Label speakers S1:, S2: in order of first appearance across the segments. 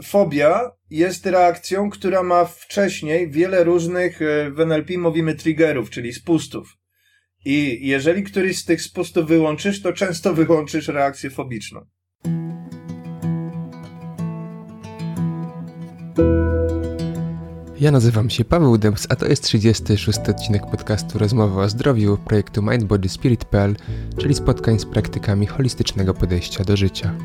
S1: fobia jest reakcją, która ma wcześniej wiele różnych, w NLP mówimy triggerów, czyli spustów. I jeżeli któryś z tych spustów wyłączysz, to często wyłączysz reakcję fobiczną.
S2: Ja nazywam się Paweł Dębs, a to jest 36. odcinek podcastu Rozmowy o zdrowiu projektu mindbodyspirit.pl, czyli spotkań z praktykami holistycznego podejścia do życia.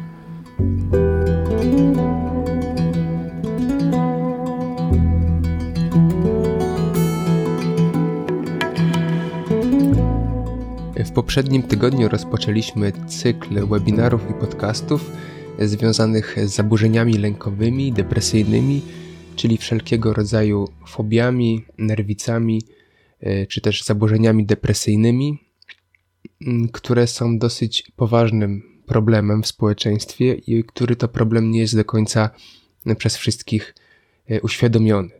S2: W poprzednim tygodniu rozpoczęliśmy cykl webinarów i podcastów związanych z zaburzeniami lękowymi, depresyjnymi, czyli wszelkiego rodzaju fobiami, nerwicami, czy też zaburzeniami depresyjnymi, które są dosyć poważnym problemem w społeczeństwie i który to problem nie jest do końca przez wszystkich uświadomiony.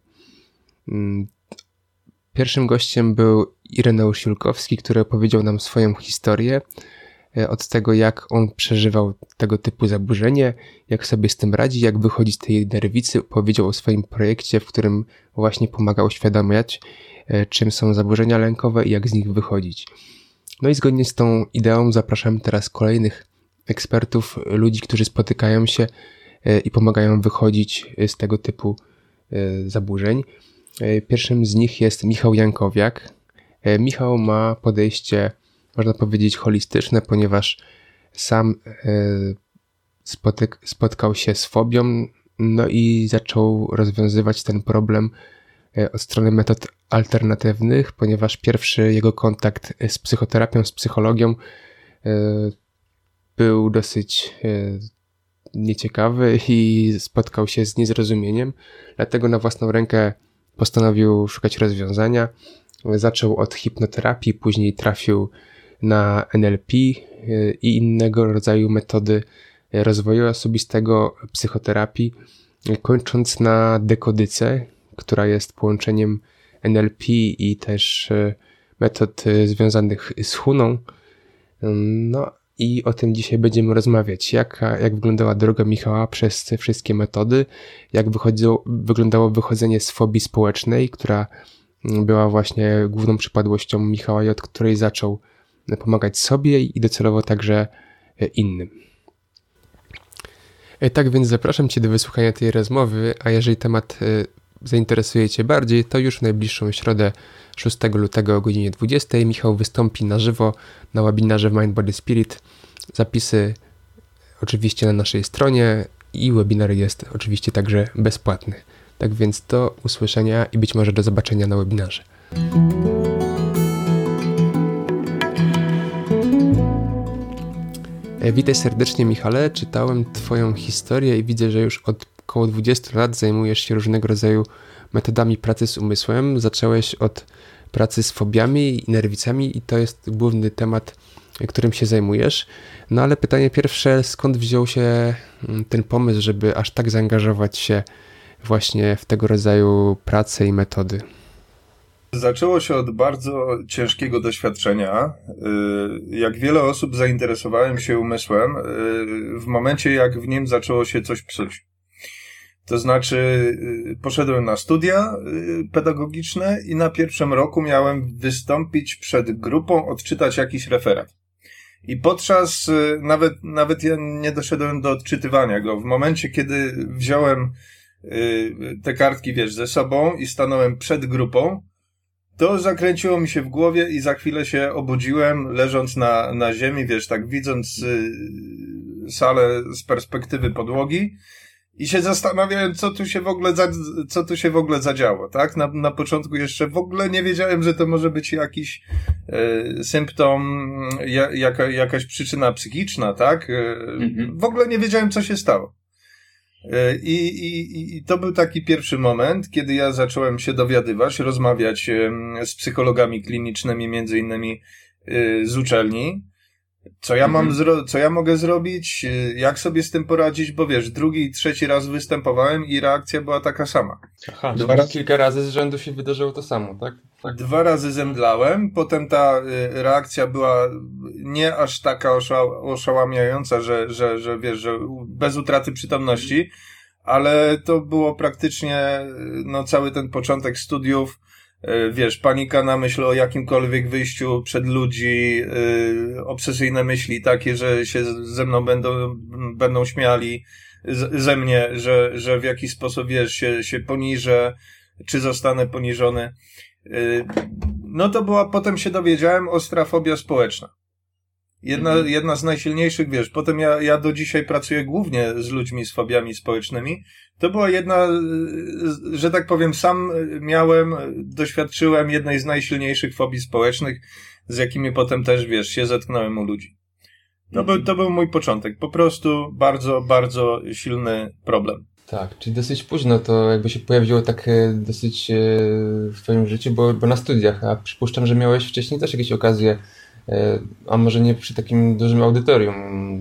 S2: Pierwszym gościem był Ireneusz Julkowski, który opowiedział nam swoją historię od tego, jak on przeżywał tego typu zaburzenie, jak sobie z tym radzi, jak wychodzi z tej nerwicy. Powiedział o swoim projekcie, w którym właśnie pomaga uświadamiać, czym są zaburzenia lękowe i jak z nich wychodzić. No i zgodnie z tą ideą zapraszamy teraz kolejnych ekspertów, ludzi, którzy spotykają się i pomagają wychodzić z tego typu zaburzeń. Pierwszym z nich jest Michał Jankowiak. Michał ma podejście, można powiedzieć, holistyczne, ponieważ sam spotkał się z fobią, no i zaczął rozwiązywać ten problem od strony metod alternatywnych, ponieważ pierwszy jego kontakt z psychoterapią, z psychologią był dosyć nieciekawy i spotkał się z niezrozumieniem, dlatego na własną rękę postanowił szukać rozwiązania. Zaczął od hipnoterapii, później trafił na NLP i innego rodzaju metody rozwoju osobistego, psychoterapii, kończąc na dekodyce, która jest połączeniem NLP i też metod związanych z huną. No i o tym dzisiaj będziemy rozmawiać. Jak wyglądała droga Michała przez te wszystkie metody, jak wyglądało wychodzenie z fobii społecznej, która była właśnie główną przypadłością Michała i od której zaczął pomagać sobie i docelowo także innym. Tak więc zapraszam Cię do wysłuchania tej rozmowy, a jeżeli temat zainteresuje Cię bardziej, to już w najbliższą środę 6 lutego o godzinie 20 Michał wystąpi na żywo na webinarze w Mind Body Spirit. Zapisy oczywiście na naszej stronie i webinar jest oczywiście także bezpłatny. Tak więc do usłyszenia i być może do zobaczenia na webinarze. Witaj serdecznie, Michale. Czytałem Twoją historię i widzę, że już od około 20 lat zajmujesz się różnego rodzaju metodami pracy z umysłem. Zacząłeś od pracy z fobiami i nerwicami i to jest główny temat, którym się zajmujesz. No ale pytanie pierwsze, skąd wziął się ten pomysł, żeby aż tak zaangażować się właśnie w tego rodzaju pracę i metody?
S1: Zaczęło się od bardzo ciężkiego doświadczenia. Jak wiele osób zainteresowałem się umysłem w momencie, jak w nim zaczęło się coś psuć. To znaczy poszedłem na studia pedagogiczne i na pierwszym roku miałem wystąpić przed grupą, odczytać jakiś referat. I podczas, nawet ja nie doszedłem do odczytywania go. W momencie, kiedy wziąłem te kartki, ze sobą i stanąłem przed grupą, to zakręciło mi się w głowie i za chwilę się obudziłem, leżąc na ziemi, tak widząc salę z perspektywy podłogi i się zastanawiałem, co tu się w ogóle zadziało, tak? Na początku jeszcze w ogóle nie wiedziałem, że to może być jakiś symptom, jakaś przyczyna psychiczna, tak? W ogóle nie wiedziałem, co się stało. I to był taki pierwszy moment, kiedy ja zacząłem się dowiadywać, rozmawiać z psychologami klinicznymi, między innymi z uczelni, co ja mogę zrobić, jak sobie z tym poradzić, bo drugi i trzeci raz występowałem i reakcja była taka sama.
S2: Aha, kilka razy z rzędu się wydarzyło to samo, tak?
S1: 2 razy zemdlałem, potem ta reakcja była nie aż taka oszałamiająca, że bez utraty przytomności, ale to było praktycznie, no, cały ten początek studiów, wiesz, panika na myśl o jakimkolwiek wyjściu przed ludzi, obsesyjne myśli takie, że się ze mną będą śmiali ze mnie, że w jakiś sposób, wiesz, się poniżę, czy zostanę poniżony. No to była, potem się dowiedziałem, ostra fobia społeczna. Jedna z najsilniejszych, wiesz, potem ja do dzisiaj pracuję głównie z ludźmi z fobiami społecznymi. To była jedna, że tak powiem, sam doświadczyłem jednej z najsilniejszych fobii społecznych, z jakimi potem też, wiesz, się zetknąłem u ludzi. To był mój początek. Po prostu bardzo, bardzo silny problem.
S2: Tak, czyli dosyć późno to jakby się pojawiło tak dosyć w twoim życiu, bo na studiach, a przypuszczam, że miałeś wcześniej też jakieś okazje, a może nie przy takim dużym audytorium.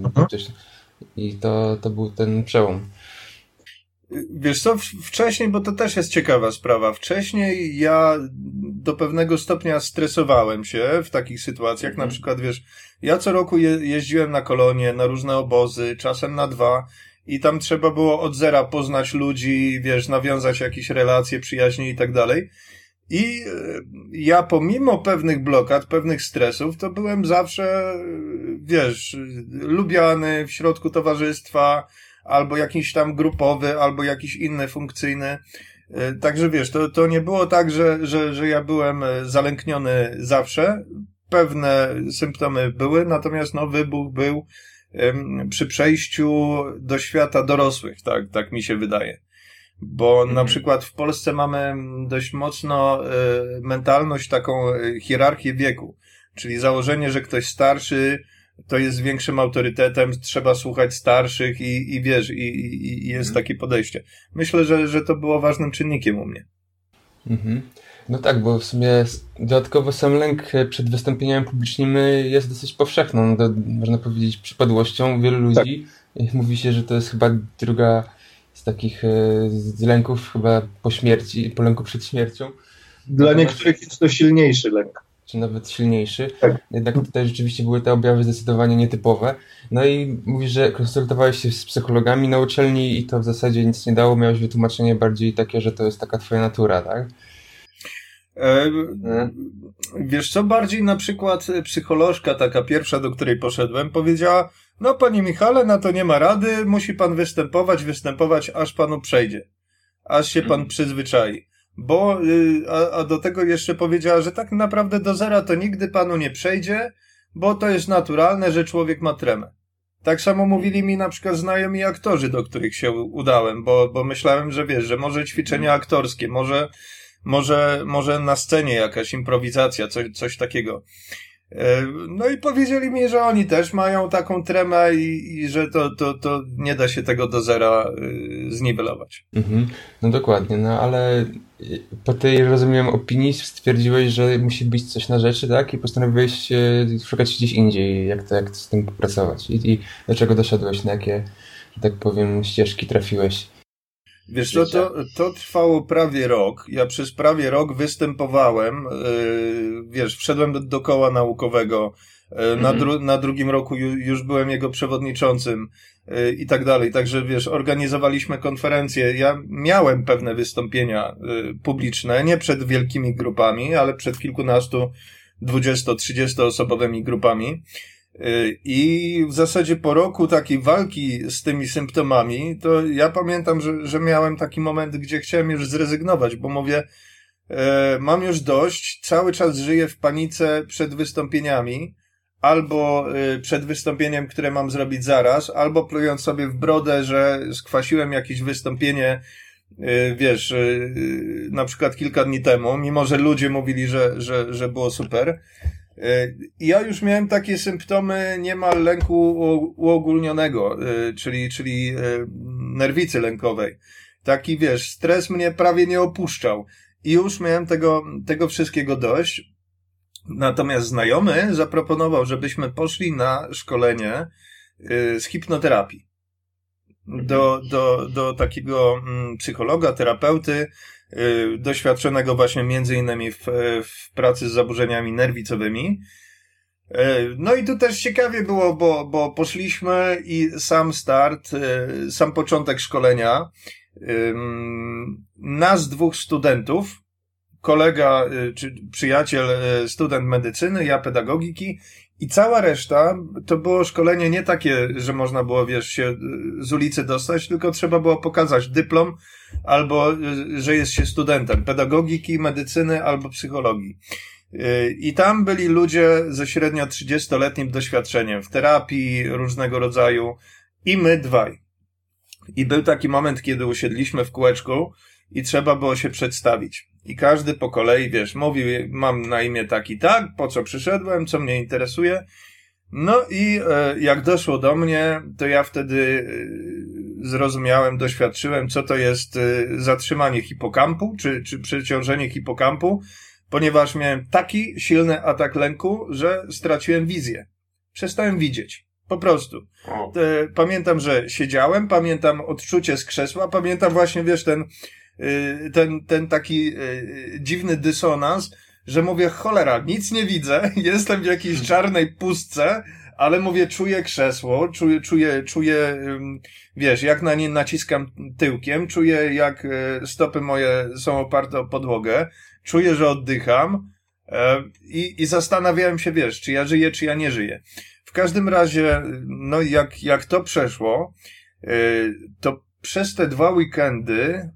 S2: I to był ten przełom.
S1: Wiesz co, wcześniej, bo to też jest ciekawa sprawa, wcześniej ja do pewnego stopnia stresowałem się w takich sytuacjach, na przykład, wiesz, ja co roku jeździłem na kolonie, na różne obozy, czasem na 2 i tam trzeba było od zera poznać ludzi, wiesz, nawiązać jakieś relacje, przyjaźnie i tak dalej. I ja pomimo pewnych blokad, pewnych stresów, to byłem zawsze, wiesz, lubiany w środku towarzystwa, albo jakiś tam grupowy, albo jakiś inny funkcyjny. Także wiesz, to nie było tak, że ja byłem zalękniony zawsze. Pewne symptomy były, natomiast no wybuch był przy przejściu do świata dorosłych, tak mi się wydaje. Bo na przykład w Polsce mamy dość mocno mentalność, taką hierarchię wieku, czyli założenie, że ktoś starszy to jest większym autorytetem, trzeba słuchać starszych i wiesz, i jest takie podejście. Myślę, że to było ważnym czynnikiem u mnie.
S2: No tak, bo w sumie dodatkowo sam lęk przed wystąpieniami publicznymi jest dosyć powszechną, można powiedzieć, przypadłością wielu ludzi. Tak. Mówi się, że to jest chyba druga z takich z lęków chyba po lęku przed śmiercią.
S3: Dla niektórych jest to silniejszy lęk.
S2: Czy nawet silniejszy.
S3: Tak.
S2: Jednak tutaj rzeczywiście były te objawy zdecydowanie nietypowe. No i mówisz, że konsultowałeś się z psychologami na uczelni i to w zasadzie nic nie dało. Miałeś wytłumaczenie bardziej takie, że to jest taka twoja natura, tak?
S1: Wiesz co, bardziej na przykład psycholożka, taka pierwsza, do której poszedłem, powiedziała: no panie Michale, na to nie ma rady, musi pan występować, aż panu przejdzie. Aż się pan przyzwyczai. A do tego jeszcze powiedziała, że tak naprawdę do zera to nigdy panu nie przejdzie, bo to jest naturalne, że człowiek ma tremę. Tak samo mówili mi na przykład znajomi aktorzy, do których się udałem, bo myślałem, że wiesz, że może ćwiczenia aktorskie, może na scenie jakaś improwizacja, coś takiego. No i powiedzieli mi, że oni też mają taką tremę i że to nie da się tego do zera zniwelować.
S2: No dokładnie, no ale po tej, rozumiem, opinii stwierdziłeś, że musi być coś na rzeczy, tak? I postanowiłeś szukać gdzieś indziej, jak z tym popracować. I do czego doszedłeś, na jakie, że tak powiem, ścieżki trafiłeś?
S1: Wiesz co, to trwało prawie rok. Ja przez prawie rok występowałem, wiesz, wszedłem do koła naukowego, na drugim roku już byłem jego przewodniczącym i tak dalej. Także wiesz, organizowaliśmy konferencje. Ja miałem pewne wystąpienia publiczne, nie przed wielkimi grupami, ale przed kilkunastu, 20-30 osobowymi grupami. I w zasadzie po roku takiej walki z tymi symptomami, to ja pamiętam, że miałem taki moment, gdzie chciałem już zrezygnować, bo mówię, mam już dość, cały czas żyję w panice przed wystąpieniami, albo przed wystąpieniem, które mam zrobić zaraz, albo plując sobie w brodę, że skwasiłem jakieś wystąpienie, wiesz, na przykład kilka dni temu, mimo że ludzie mówili, że było super. Ja już miałem takie symptomy niemal lęku uogólnionego, czyli nerwicy lękowej. Taki, wiesz, stres mnie prawie nie opuszczał. I już miałem tego wszystkiego dość. Natomiast znajomy zaproponował, żebyśmy poszli na szkolenie z hipnoterapii. Do takiego psychologa, terapeuty, doświadczonego właśnie między innymi w pracy z zaburzeniami nerwicowymi. No i tu też ciekawie było, bo poszliśmy i sam start, sam początek szkolenia, Nas dwóch studentów, kolega czy przyjaciel, student medycyny, ja pedagogiki i cała reszta to było szkolenie nie takie, że można było, wiesz, się z ulicy dostać, tylko trzeba było pokazać dyplom albo, że jest się studentem pedagogiki, medycyny albo psychologii. I tam byli ludzie ze średnio 30-letnim doświadczeniem w terapii różnego rodzaju i my dwaj. I był taki moment, kiedy usiedliśmy w kółeczku i trzeba było się przedstawić. I każdy po kolei, wiesz, mówił, mam na imię tak i tak, po co przyszedłem, co mnie interesuje. No i jak doszło do mnie, to ja wtedy zrozumiałem, doświadczyłem, co to jest zatrzymanie hipokampu, czy przeciążenie hipokampu, ponieważ miałem taki silny atak lęku, że straciłem wizję. Przestałem widzieć. Po prostu. Pamiętam, że siedziałem, pamiętam odczucie z krzesła, pamiętam właśnie, wiesz, ten taki dziwny dysonans, że mówię, cholera, nic nie widzę, jestem w jakiejś czarnej pustce, ale mówię, czuję krzesło, czuję, wiesz, jak na nie naciskam tyłkiem, czuję, jak stopy moje są oparte o podłogę, czuję, że oddycham i zastanawiałem się, wiesz, czy ja żyję, czy ja nie żyję. W każdym razie, no jak to przeszło, to przez te 2 weekendy,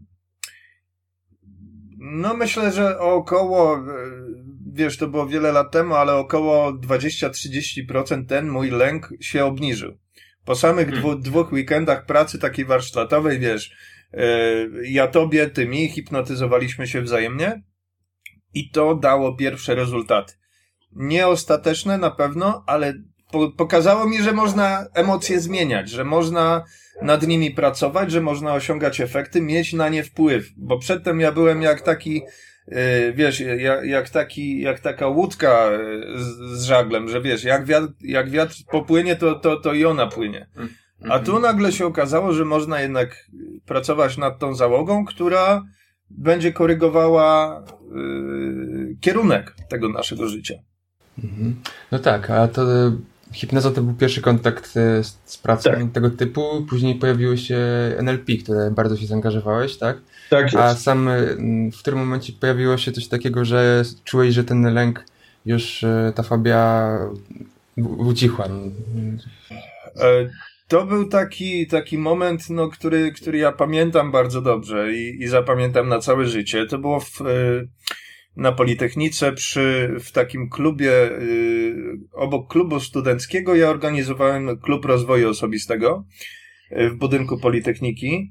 S1: no myślę, że około, wiesz, to było wiele lat temu, ale około 20-30% ten mój lęk się obniżył. Po samych 2 weekendach pracy takiej warsztatowej, wiesz, ja tobie, ty mi, hipnotyzowaliśmy się wzajemnie i to dało pierwsze rezultaty. Nie ostateczne na pewno, ale pokazało mi, że można emocje zmieniać, że można nad nimi pracować, że można osiągać efekty, mieć na nie wpływ. Bo przedtem ja byłem jak taki, wiesz, jak taka łódka z żaglem, że wiesz, jak wiatr popłynie, to i ona płynie. A tu nagle się okazało, że można jednak pracować nad tą załogą, która będzie korygowała kierunek tego naszego życia.
S2: No tak, a to hipnoza to był pierwszy kontakt z pracą tego typu, później pojawiło się NLP, które bardzo się zaangażowałeś, tak?
S3: Tak jest.
S2: A sam w którym momencie pojawiło się coś takiego, że czułeś, że ten lęk już, ta fobia ucichła?
S1: To był taki moment, no, który ja pamiętam bardzo dobrze i zapamiętam na całe życie. To było na Politechnice w takim klubie, obok klubu studenckiego ja organizowałem klub rozwoju osobistego w budynku Politechniki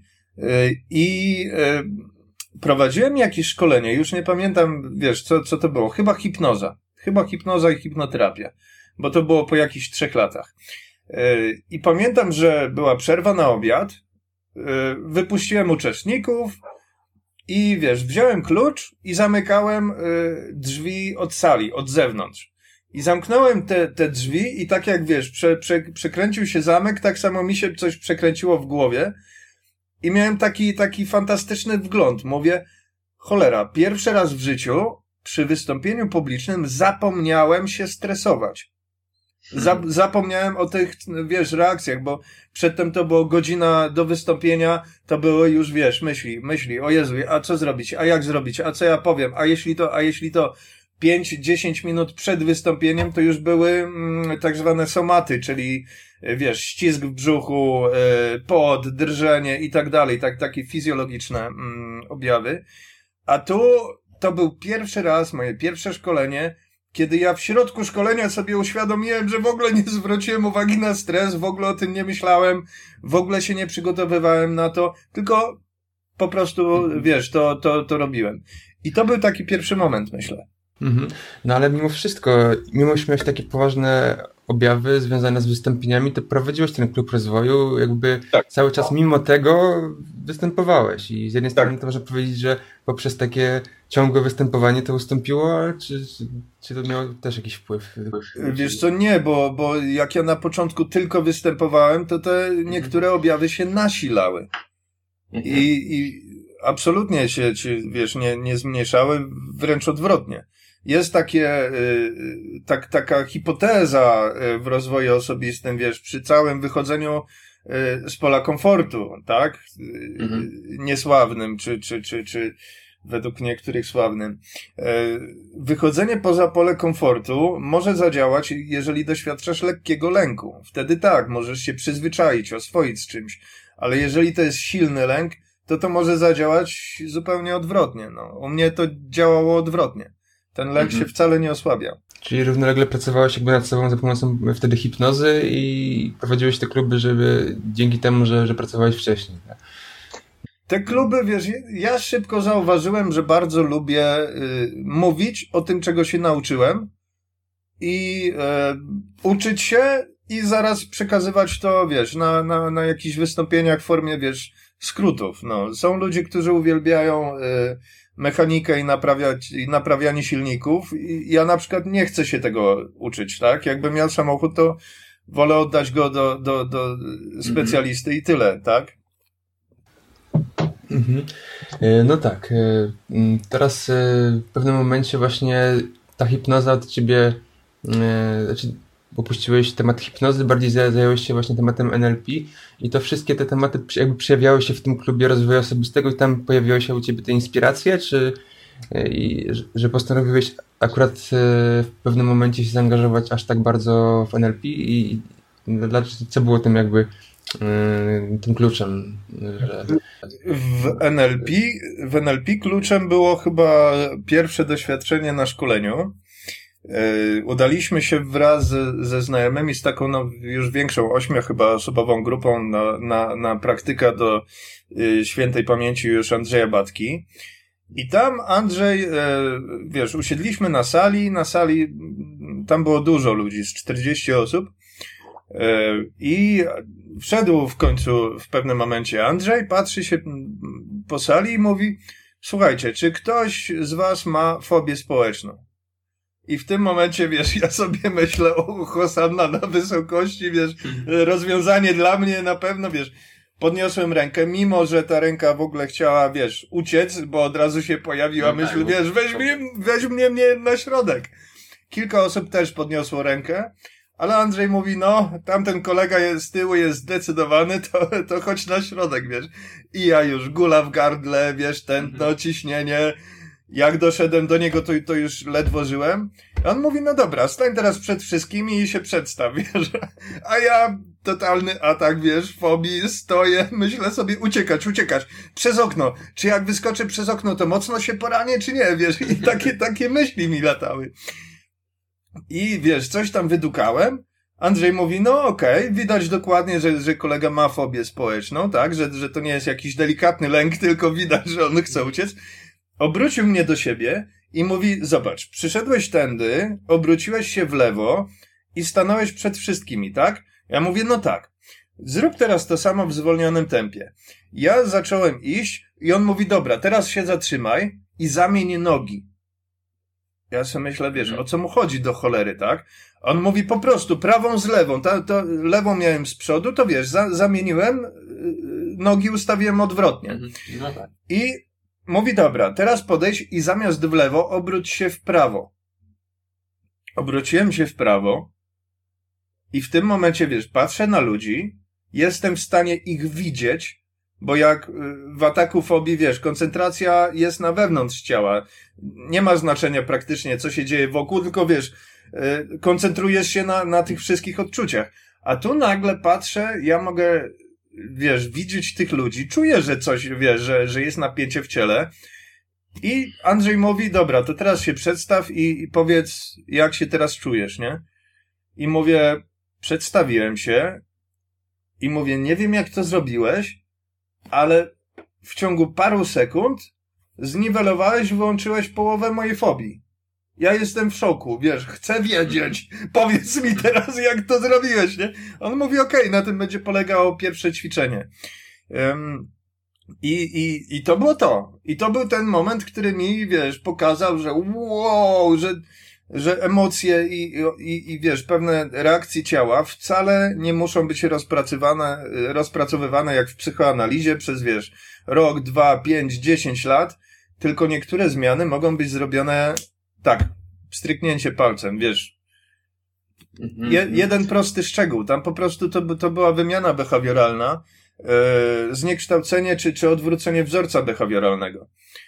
S1: i prowadziłem jakieś szkolenie, już nie pamiętam, wiesz, co to było, chyba hipnoza i hipnoterapia, bo to było po jakichś 3 latach. I pamiętam, że była przerwa na obiad, wypuściłem uczestników i wiesz, wziąłem klucz i zamykałem drzwi od sali, od zewnątrz. I zamknąłem te drzwi i tak jak wiesz, przekręcił się zamek, tak samo mi się coś przekręciło w głowie i miałem taki fantastyczny wgląd. Mówię, cholera, pierwszy raz w życiu przy wystąpieniu publicznym zapomniałem się stresować. Zapomniałem o tych, wiesz, reakcjach, bo przedtem to było godzina do wystąpienia, to były już, wiesz, myśli, o Jezu, a co zrobić, a jak zrobić, a co ja powiem, a jeśli to 5-10 minut przed wystąpieniem, to już były tak zwane somaty, czyli, wiesz, ścisk w brzuchu, pot, drżenie i tak dalej, takie fizjologiczne objawy. A tu to był pierwszy raz, moje pierwsze szkolenie, kiedy ja w środku szkolenia sobie uświadomiłem, że w ogóle nie zwróciłem uwagi na stres, w ogóle o tym nie myślałem, w ogóle się nie przygotowywałem na to, tylko po prostu, wiesz, to robiłem. I to był taki pierwszy moment, myślę.
S2: No ale mimo wszystko, mimo że miałeś takie poważne objawy związane z wystąpieniami, to prowadziłeś ten klub rozwoju, jakby cały czas mimo tego występowałeś i z jednej strony to można powiedzieć, że poprzez takie ciągłe występowanie to ustąpiło, czy to miało też jakiś wpływ?
S1: Wiesz co, nie, bo jak ja na początku tylko występowałem, to te niektóre objawy się nasilały i absolutnie się, wiesz, nie zmniejszały, wręcz odwrotnie. Jest taka hipoteza w rozwoju osobistym, wiesz, przy całym wychodzeniu z pola komfortu, tak? Niesławnym, czy według niektórych sławnym. Wychodzenie poza pole komfortu może zadziałać, jeżeli doświadczasz lekkiego lęku. Wtedy tak, możesz się przyzwyczaić, oswoić z czymś. Ale jeżeli to jest silny lęk, to może zadziałać zupełnie odwrotnie. No, u mnie to działało odwrotnie. Ten lęk się wcale nie osłabia.
S2: Czyli równolegle pracowałeś jakby nad sobą za pomocą wtedy hipnozy i prowadziłeś te kluby, żeby dzięki temu, że pracowałeś wcześniej. Tak?
S1: Te kluby, wiesz, ja szybko zauważyłem, że bardzo lubię mówić o tym, czego się nauczyłem i uczyć się i zaraz przekazywać to, wiesz, na jakichś wystąpieniach w formie, wiesz, skrótów. No, są ludzie, którzy uwielbiają mechanikę i naprawianie silników i ja na przykład nie chcę się tego uczyć, tak? Jakbym miał samochód, to wolę oddać go do specjalisty i tyle, tak?
S2: No tak. Teraz w pewnym momencie właśnie ta hipnoza od ciebie, znaczy opuściłeś temat hipnozy, bardziej zająłeś się właśnie tematem NLP i to wszystkie te tematy jakby przejawiały się w tym klubie rozwoju osobistego i tam pojawiły się u ciebie te inspiracje, czy że postanowiłeś akurat w pewnym momencie się zaangażować aż tak bardzo w NLP i co było tym jakby tym kluczem? Że...
S1: W NLP kluczem było chyba pierwsze doświadczenie na szkoleniu. Udaliśmy się wraz ze znajomymi z taką już większą, 8-osobową grupą na praktykę do świętej pamięci już Andrzeja Batki. I tam Andrzej, wiesz, usiedliśmy na sali tam było dużo ludzi, z 40 osób. I wszedł w końcu w pewnym momencie Andrzej, patrzy się po sali i mówi: słuchajcie, czy ktoś z was ma fobię społeczną? I w tym momencie, wiesz, ja sobie myślę, o, Hosanna na wysokości, wiesz, rozwiązanie dla mnie na pewno, wiesz, podniosłem rękę, mimo że ta ręka w ogóle chciała, wiesz, uciec, bo od razu się pojawiła myśl, wiesz, weź mnie na środek. Kilka osób też podniosło rękę, ale Andrzej mówi, no, tamten kolega z tyłu jest zdecydowany, to chodź na środek, wiesz. I ja już gula w gardle, wiesz, tętno, ciśnienie. Jak doszedłem do niego, to już ledwo żyłem. On mówi, no dobra, stań teraz przed wszystkimi i się przedstaw, wiesz. A ja totalny atak, wiesz, fobii, stoję, myślę sobie, uciekać, przez okno. Czy jak wyskoczę przez okno, to mocno się poranię, czy nie, wiesz. I takie myśli mi latały. I wiesz, coś tam wydukałem. Andrzej mówi, no okej, widać dokładnie, że kolega ma fobię społeczną, tak, że to nie jest jakiś delikatny lęk, tylko widać, że on chce uciec. Obrócił mnie do siebie i mówi, zobacz, przyszedłeś tędy, obróciłeś się w lewo i stanąłeś przed wszystkimi, tak? Ja mówię, no tak. Zrób teraz to samo w zwolnionym tempie. Ja zacząłem iść i on mówi, dobra, teraz się zatrzymaj i zamień nogi. Ja sobie myślę, wiesz, o co mu chodzi do cholery, tak? On mówi po prostu prawą z lewą, to lewą miałem z przodu, to wiesz, zamieniłem, nogi ustawiłem odwrotnie.
S2: No tak.
S1: I mówi, dobra, teraz podejdź i zamiast w lewo obróć się w prawo. Obróciłem się w prawo i w tym momencie, wiesz, patrzę na ludzi, jestem w stanie ich widzieć, bo jak w ataku fobii, wiesz, koncentracja jest na wewnątrz ciała. Nie ma znaczenia praktycznie, co się dzieje wokół, tylko wiesz, koncentrujesz się na tych wszystkich odczuciach. A tu nagle patrzę, ja mogę, wiesz, widzieć tych ludzi, czuję, że coś, wiesz, że jest napięcie w ciele. I Andrzej mówi, dobra, to teraz się przedstaw i powiedz, jak się teraz czujesz, nie? I mówię, przedstawiłem się i mówię, nie wiem, jak to zrobiłeś, ale w ciągu paru sekund zniwelowałeś, wyłączyłeś połowę mojej fobii. Ja jestem w szoku, wiesz, chcę wiedzieć, powiedz mi teraz, jak to zrobiłeś, nie? On mówi, okej, na tym będzie polegało pierwsze ćwiczenie. I to było to. I to był ten moment, który mi, wiesz, pokazał, że wow, że emocje i wiesz, pewne reakcje ciała wcale nie muszą być rozpracowywane jak w psychoanalizie przez, wiesz, rok, 2, 5, 10 lat, tylko niektóre zmiany mogą być zrobione tak, stryknięcie palcem, wiesz. Jeden prosty szczegół. Tam po prostu to była wymiana behawioralna, zniekształcenie czy odwrócenie wzorca behawioralnego.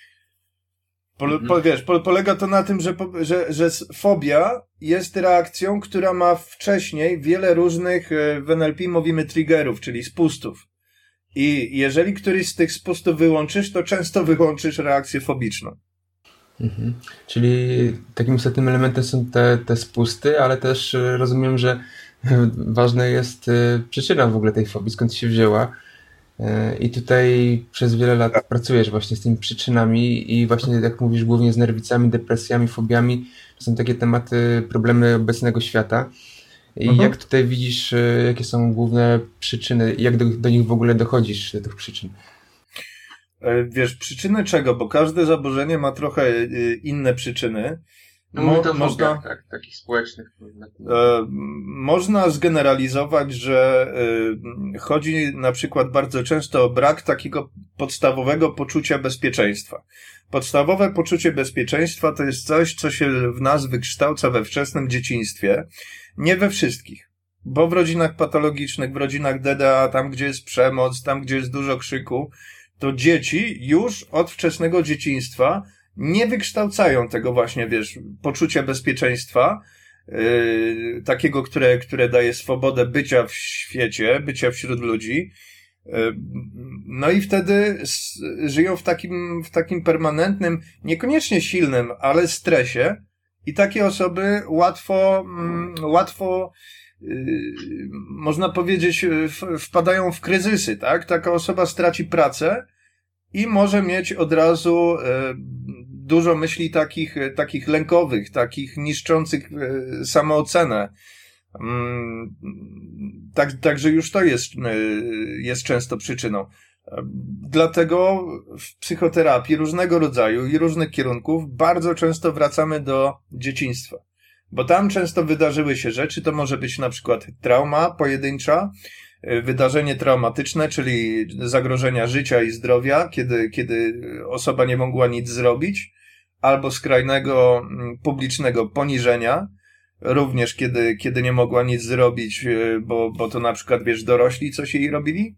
S1: Polega to na tym, że fobia jest reakcją, która ma wcześniej wiele różnych, w NLP mówimy triggerów, czyli spustów. I jeżeli któryś z tych spustów wyłączysz, to często wyłączysz reakcję fobiczną.
S2: Czyli takim istotnym elementem są te spusty, ale też rozumiem, że ważna jest przyczyna w ogóle tej fobii, skąd się wzięła. I tutaj przez wiele lat pracujesz właśnie z tymi przyczynami i właśnie, jak mówisz, głównie z nerwicami, depresjami, fobiami. To są takie tematy, problemy obecnego świata. I jak tutaj widzisz, jakie są główne przyczyny, jak do nich w ogóle dochodzisz, do tych przyczyn?
S1: Wiesz, przyczyny czego? Bo każde zaburzenie ma trochę inne przyczyny.
S2: Można, tak, takich społecznych.
S1: Można zgeneralizować, że chodzi na przykład bardzo często o brak takiego podstawowego poczucia bezpieczeństwa. Podstawowe poczucie bezpieczeństwa to jest coś, co się w nas wykształca we wczesnym dzieciństwie. Nie we wszystkich. Bo w rodzinach patologicznych, w rodzinach DDA, tam gdzie jest przemoc, tam gdzie jest dużo krzyku, to dzieci już od wczesnego dzieciństwa nie wykształcają tego właśnie, wiesz, poczucia bezpieczeństwa, takiego, które daje swobodę bycia w świecie, bycia wśród ludzi. No i wtedy żyją w takim permanentnym, niekoniecznie silnym, ale stresie i takie osoby łatwo można powiedzieć, wpadają w kryzysy, tak? Taka osoba straci pracę i może mieć od razu dużo myśli takich lękowych, takich niszczących samoocenę. Także już to jest często przyczyną. Dlatego w psychoterapii różnego rodzaju i różnych kierunków bardzo często wracamy do dzieciństwa. Bo tam często wydarzyły się rzeczy, to może być na przykład trauma pojedyncza, wydarzenie traumatyczne, czyli zagrożenia życia i zdrowia, kiedy osoba nie mogła nic zrobić, albo skrajnego publicznego poniżenia, również kiedy nie mogła nic zrobić, bo to na przykład, wiesz, dorośli coś jej robili.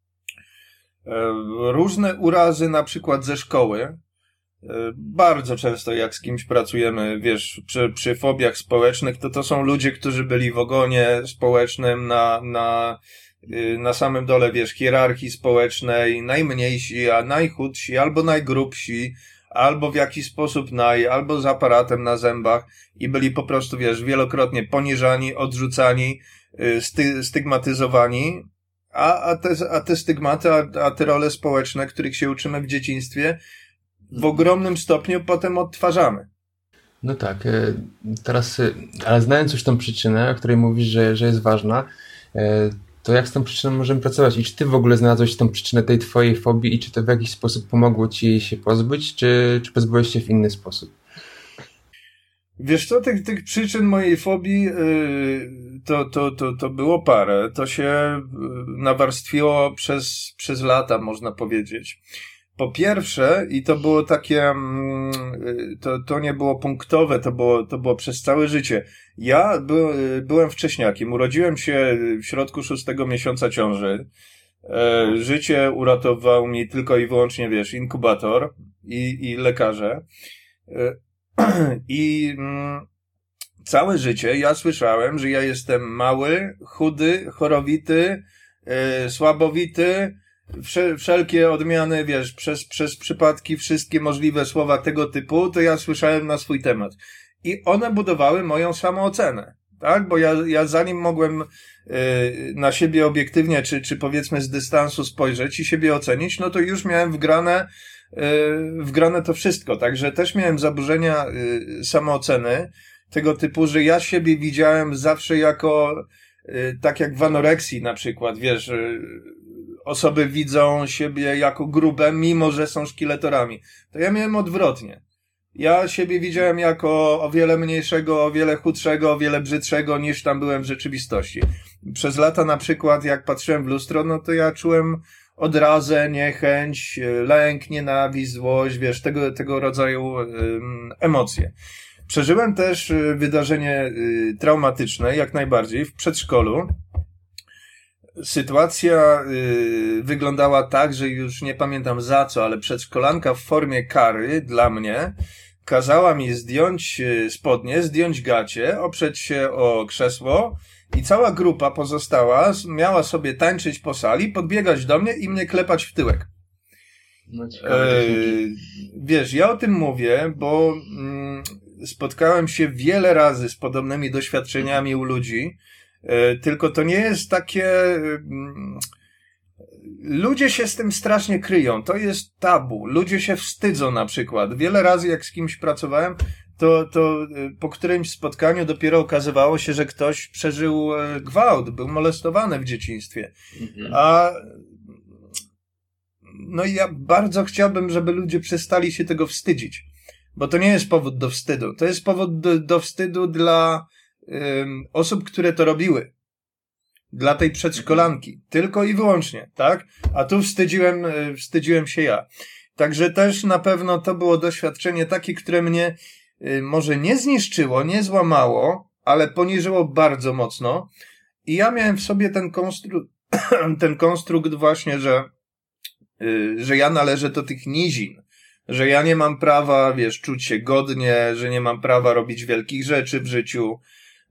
S1: Różne urazy na przykład ze szkoły. Bardzo często jak z kimś pracujemy, wiesz, przy fobiach społecznych, to są ludzie, którzy byli w ogonie społecznym na samym dole, wiesz, hierarchii społecznej, najmniejsi, a najchudsi, albo najgrubsi, albo w jakiś sposób albo z aparatem na zębach i byli po prostu, wiesz, wielokrotnie poniżani, odrzucani, stygmatyzowani, a te stygmaty, a te role społeczne, których się uczymy w dzieciństwie, w ogromnym stopniu potem odtwarzamy.
S2: No tak, teraz, ale znając już tą przyczynę, o której mówisz, że jest ważna, to jak z tą przyczyną możemy pracować? I czy ty w ogóle znalazłeś tą przyczynę tej twojej fobii i czy to w jakiś sposób pomogło ci jej się pozbyć, czy pozbyłeś się w inny sposób?
S1: Wiesz co, tych przyczyn mojej fobii to było parę. To się nawarstwiło przez lata, można powiedzieć. Po pierwsze, i to było takie, to nie było punktowe, to było przez całe życie. Ja byłem wcześniakiem, urodziłem się w środku 6. miesiąca ciąży. Życie uratował mi tylko i wyłącznie, wiesz, inkubator i lekarze. I całe życie ja słyszałem, że ja jestem mały, chudy, chorowity, słabowity, wszelkie odmiany, wiesz, przez przypadki, wszystkie możliwe słowa tego typu, to ja słyszałem na swój temat. I one budowały moją samoocenę, tak? Bo ja zanim mogłem na siebie obiektywnie, czy powiedzmy z dystansu spojrzeć i siebie ocenić, no to już miałem wgrane to wszystko. Także też miałem zaburzenia samooceny tego typu, że ja siebie widziałem zawsze jako, tak jak w anoreksji na przykład, wiesz, osoby widzą siebie jako grube, mimo że są szkieletorami. To ja miałem odwrotnie. Ja siebie widziałem jako o wiele mniejszego, o wiele chudszego, o wiele brzydszego niż tam byłem w rzeczywistości. Przez lata na przykład, jak patrzyłem w lustro, no to ja czułem odrazę, niechęć, lęk, nienawiść, złość, wiesz, tego rodzaju emocje. Przeżyłem też wydarzenie traumatyczne, jak najbardziej, w przedszkolu. Sytuacja wyglądała tak, że już nie pamiętam za co, ale przedszkolanka w formie kary dla mnie kazała mi zdjąć spodnie, zdjąć gacie, oprzeć się o krzesło i cała grupa pozostała miała sobie tańczyć po sali, podbiegać do mnie i mnie klepać w tyłek.
S4: No,
S1: wiesz, ja o tym mówię, bo spotkałem się wiele razy z podobnymi doświadczeniami u ludzi, tylko to nie jest takie... Ludzie się z tym strasznie kryją, to jest tabu, ludzie się wstydzą na przykład. Wiele razy jak z kimś pracowałem, to po którymś spotkaniu dopiero okazywało się, że ktoś przeżył gwałt, był molestowany w dzieciństwie. A no i ja bardzo chciałbym, żeby ludzie przestali się tego wstydzić, bo to nie jest powód do wstydu. To jest powód do wstydu dla osób, które to robiły. Dla tej przedszkolanki. Tylko i wyłącznie, tak? A tu wstydziłem się ja. Także też na pewno to było doświadczenie takie, które mnie może nie zniszczyło, nie złamało, ale poniżyło bardzo mocno. I ja miałem w sobie ten konstrukt właśnie, że ja należę do tych nizin, że ja nie mam prawa, wiesz, czuć się godnie, że nie mam prawa robić wielkich rzeczy w życiu,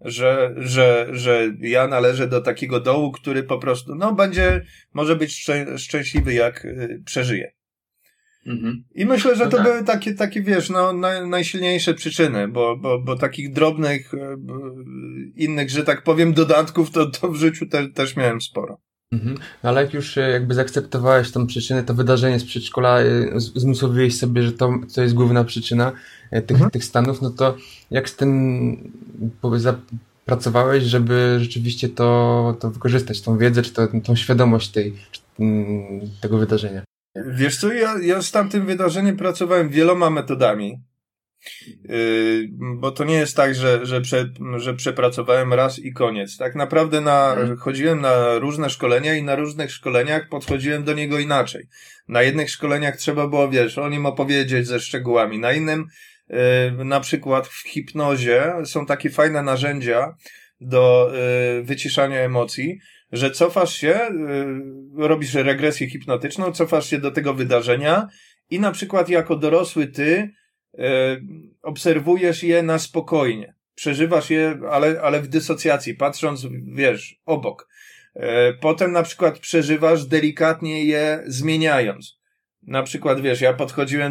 S1: że ja należę do takiego dołu, który po prostu, może być szczęśliwy, jak przeżyje. I myślę, że to były takie, wiesz, najsilniejsze przyczyny, bo takich drobnych, innych, że tak powiem, dodatków to w życiu też miałem sporo.
S4: Ale jak już jakby zaakceptowałeś tą przyczynę, to wydarzenie z przedszkola, zmysłowiłeś sobie, że to jest główna przyczyna tych stanów, no to jak z tym pracowałeś, żeby rzeczywiście to wykorzystać, tą wiedzę, czy tą świadomość tego wydarzenia?
S1: Wiesz co, ja z tamtym wydarzeniem pracowałem wieloma metodami, bo to nie jest tak, że przepracowałem raz i koniec. Tak naprawdę chodziłem na różne szkolenia i na różnych szkoleniach podchodziłem do niego inaczej. Na jednych szkoleniach trzeba było, wiesz, o nim opowiedzieć ze szczegółami. Na innym, na przykład w hipnozie są takie fajne narzędzia do wyciszania emocji, że cofasz się, robisz regresję hipnotyczną, cofasz się do tego wydarzenia i na przykład jako dorosły ty obserwujesz je na spokojnie. Przeżywasz je, ale w dysocjacji, patrząc, wiesz, obok. Potem na przykład przeżywasz delikatnie je zmieniając. Na przykład, wiesz, ja podchodziłem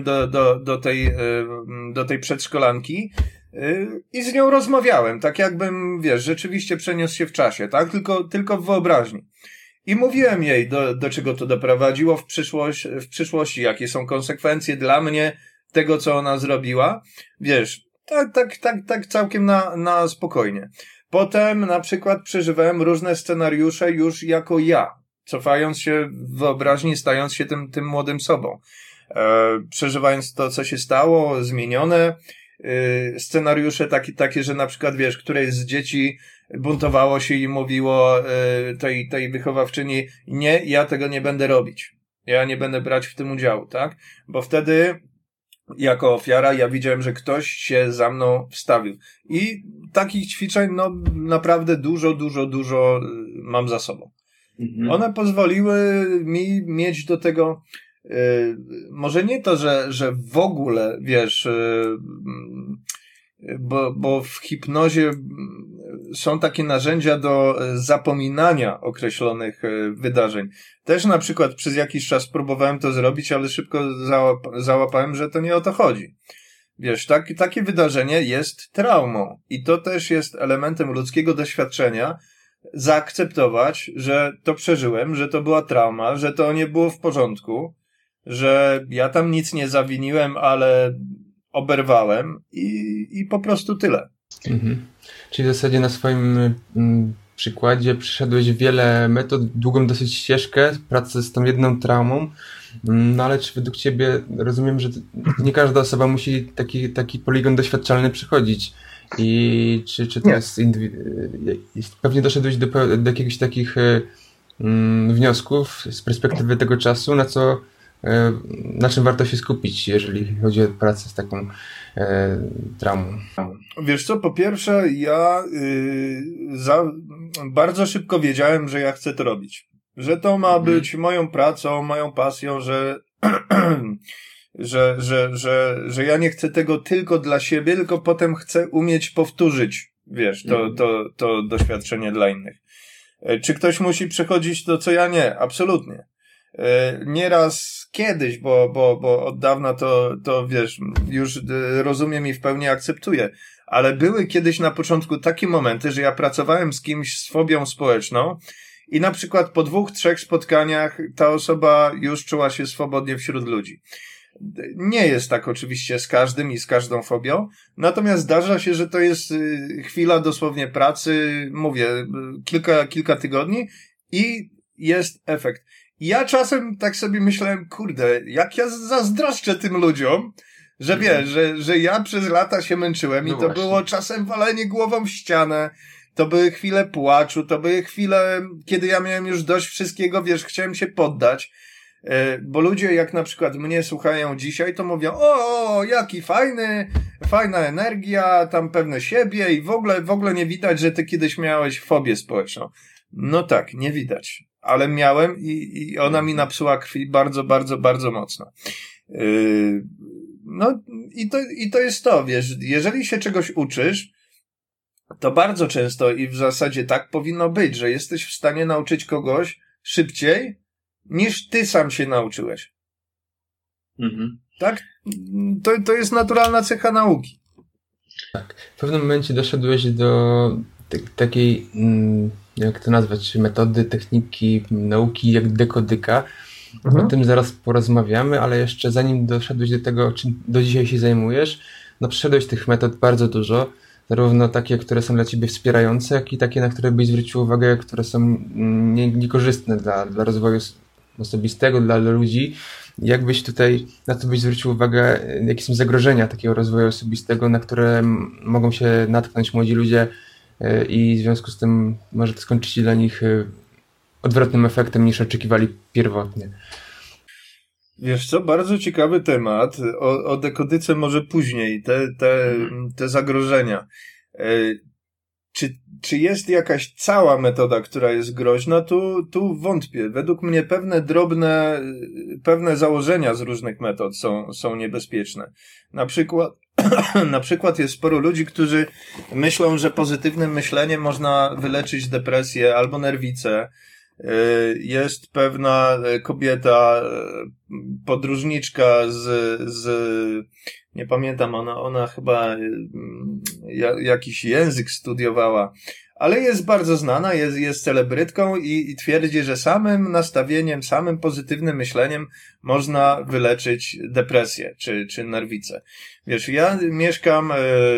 S1: do tej przedszkolanki i z nią rozmawiałem, tak jakbym, wiesz, rzeczywiście przeniósł się w czasie, tak? Tylko w wyobraźni. I mówiłem jej, do czego to doprowadziło w przyszłości, jakie są konsekwencje dla mnie tego, co ona zrobiła. Wiesz, tak całkiem na spokojnie. Potem na przykład przeżywałem różne scenariusze już jako ja, cofając się w wyobraźni, stając się tym młodym sobą. Przeżywając to, co się stało, zmienione scenariusze takie, że na przykład, wiesz, któreś z dzieci buntowało się i mówiło tej wychowawczyni, nie, ja tego nie będę robić. Ja nie będę brać w tym udziału, tak? Bo wtedy jako ofiara ja widziałem, że ktoś się za mną wstawił. I takich ćwiczeń, naprawdę dużo mam za sobą. One pozwoliły mi mieć do tego, może nie to, że w ogóle, wiesz, bo w hipnozie są takie narzędzia do zapominania określonych wydarzeń. Też na przykład przez jakiś czas próbowałem to zrobić, ale szybko załapałem, że to nie o to chodzi. Wiesz, takie wydarzenie jest traumą i to też jest elementem ludzkiego doświadczenia, zaakceptować, że to przeżyłem, że to była trauma, że to nie było w porządku, że ja tam nic nie zawiniłem, ale oberwałem i po prostu tyle.
S4: Czyli w zasadzie na swoim przykładzie przeszedłeś wiele metod, długą dosyć ścieżkę pracy z tą jedną traumą, ale czy według ciebie, rozumiem, że nie każda osoba musi taki poligon doświadczalny przechodzić i czy to jest pewnie doszedłeś do jakichś takich wniosków z perspektywy tego czasu, na co na czym warto się skupić, jeżeli chodzi o pracę z taką traumą?
S1: Wiesz co, po pierwsze, ja bardzo szybko wiedziałem, że ja chcę to robić. Że to ma być moją pracą, moją pasją, że ja nie chcę tego tylko dla siebie, tylko potem chcę umieć powtórzyć, wiesz, to doświadczenie dla innych. Czy ktoś musi przechodzić to, co ja? Nie, absolutnie. Nieraz kiedyś, bo od dawna to wiesz, już rozumiem i w pełni akceptuję, ale były kiedyś na początku takie momenty, że ja pracowałem z kimś z fobią społeczną i na przykład po 2-3 spotkaniach ta osoba już czuła się swobodnie wśród ludzi. Nie jest tak oczywiście z każdym i z każdą fobią, natomiast zdarza się, że to jest chwila dosłownie pracy, mówię, kilka tygodni i jest efekt. Ja czasem tak sobie myślałem, kurde, jak ja zazdroszczę tym ludziom, że wiesz, że ja przez lata się męczyłem i to było czasem walenie głową w ścianę, to były chwile płaczu, to były chwile, kiedy ja miałem już dość wszystkiego, wiesz, chciałem się poddać, bo ludzie jak na przykład mnie słuchają dzisiaj, to mówią, o, jaki fajna energia, tam pewne siebie i w ogóle nie widać, że ty kiedyś miałeś fobię społeczną. No tak, nie widać, ale miałem i ona mi napsuła krwi bardzo, bardzo, bardzo mocno. No i to jest to, wiesz, jeżeli się czegoś uczysz, to bardzo często i w zasadzie tak powinno być, że jesteś w stanie nauczyć kogoś szybciej, niż ty sam się nauczyłeś. Tak? To jest naturalna cecha nauki.
S4: Tak. W pewnym momencie doszedłeś do takiej, jak to nazwać, metody, techniki, nauki jak dekodyka. O tym zaraz porozmawiamy, ale jeszcze zanim doszedłeś do tego, czym do dzisiaj się zajmujesz, no przeszedłeś tych metod bardzo dużo, zarówno takie, które są dla ciebie wspierające, jak i takie, na które byś zwrócił uwagę, które są niekorzystne dla rozwoju osobistego, dla ludzi. Jakbyś tutaj, na co byś zwrócił uwagę, jakie są zagrożenia takiego rozwoju osobistego, na które mogą się natknąć młodzi ludzie i w związku z tym może to skończyć się dla nich odwrotnym efektem niż oczekiwali pierwotnie.
S1: Wiesz co, bardzo ciekawy temat. O dekodyce może później, te zagrożenia. Czy jest jakaś cała metoda, która jest groźna? Tu wątpię. Według mnie pewne założenia z różnych metod są niebezpieczne. Na przykład jest sporo ludzi, którzy myślą, że pozytywnym myśleniem można wyleczyć depresję albo nerwicę. Jest pewna kobieta, podróżniczka nie pamiętam, ona chyba jakiś język studiowała, ale jest bardzo znana, jest celebrytką i twierdzi, że samym nastawieniem, samym pozytywnym myśleniem można wyleczyć depresję czy nerwicę. Wiesz, ja mieszkam,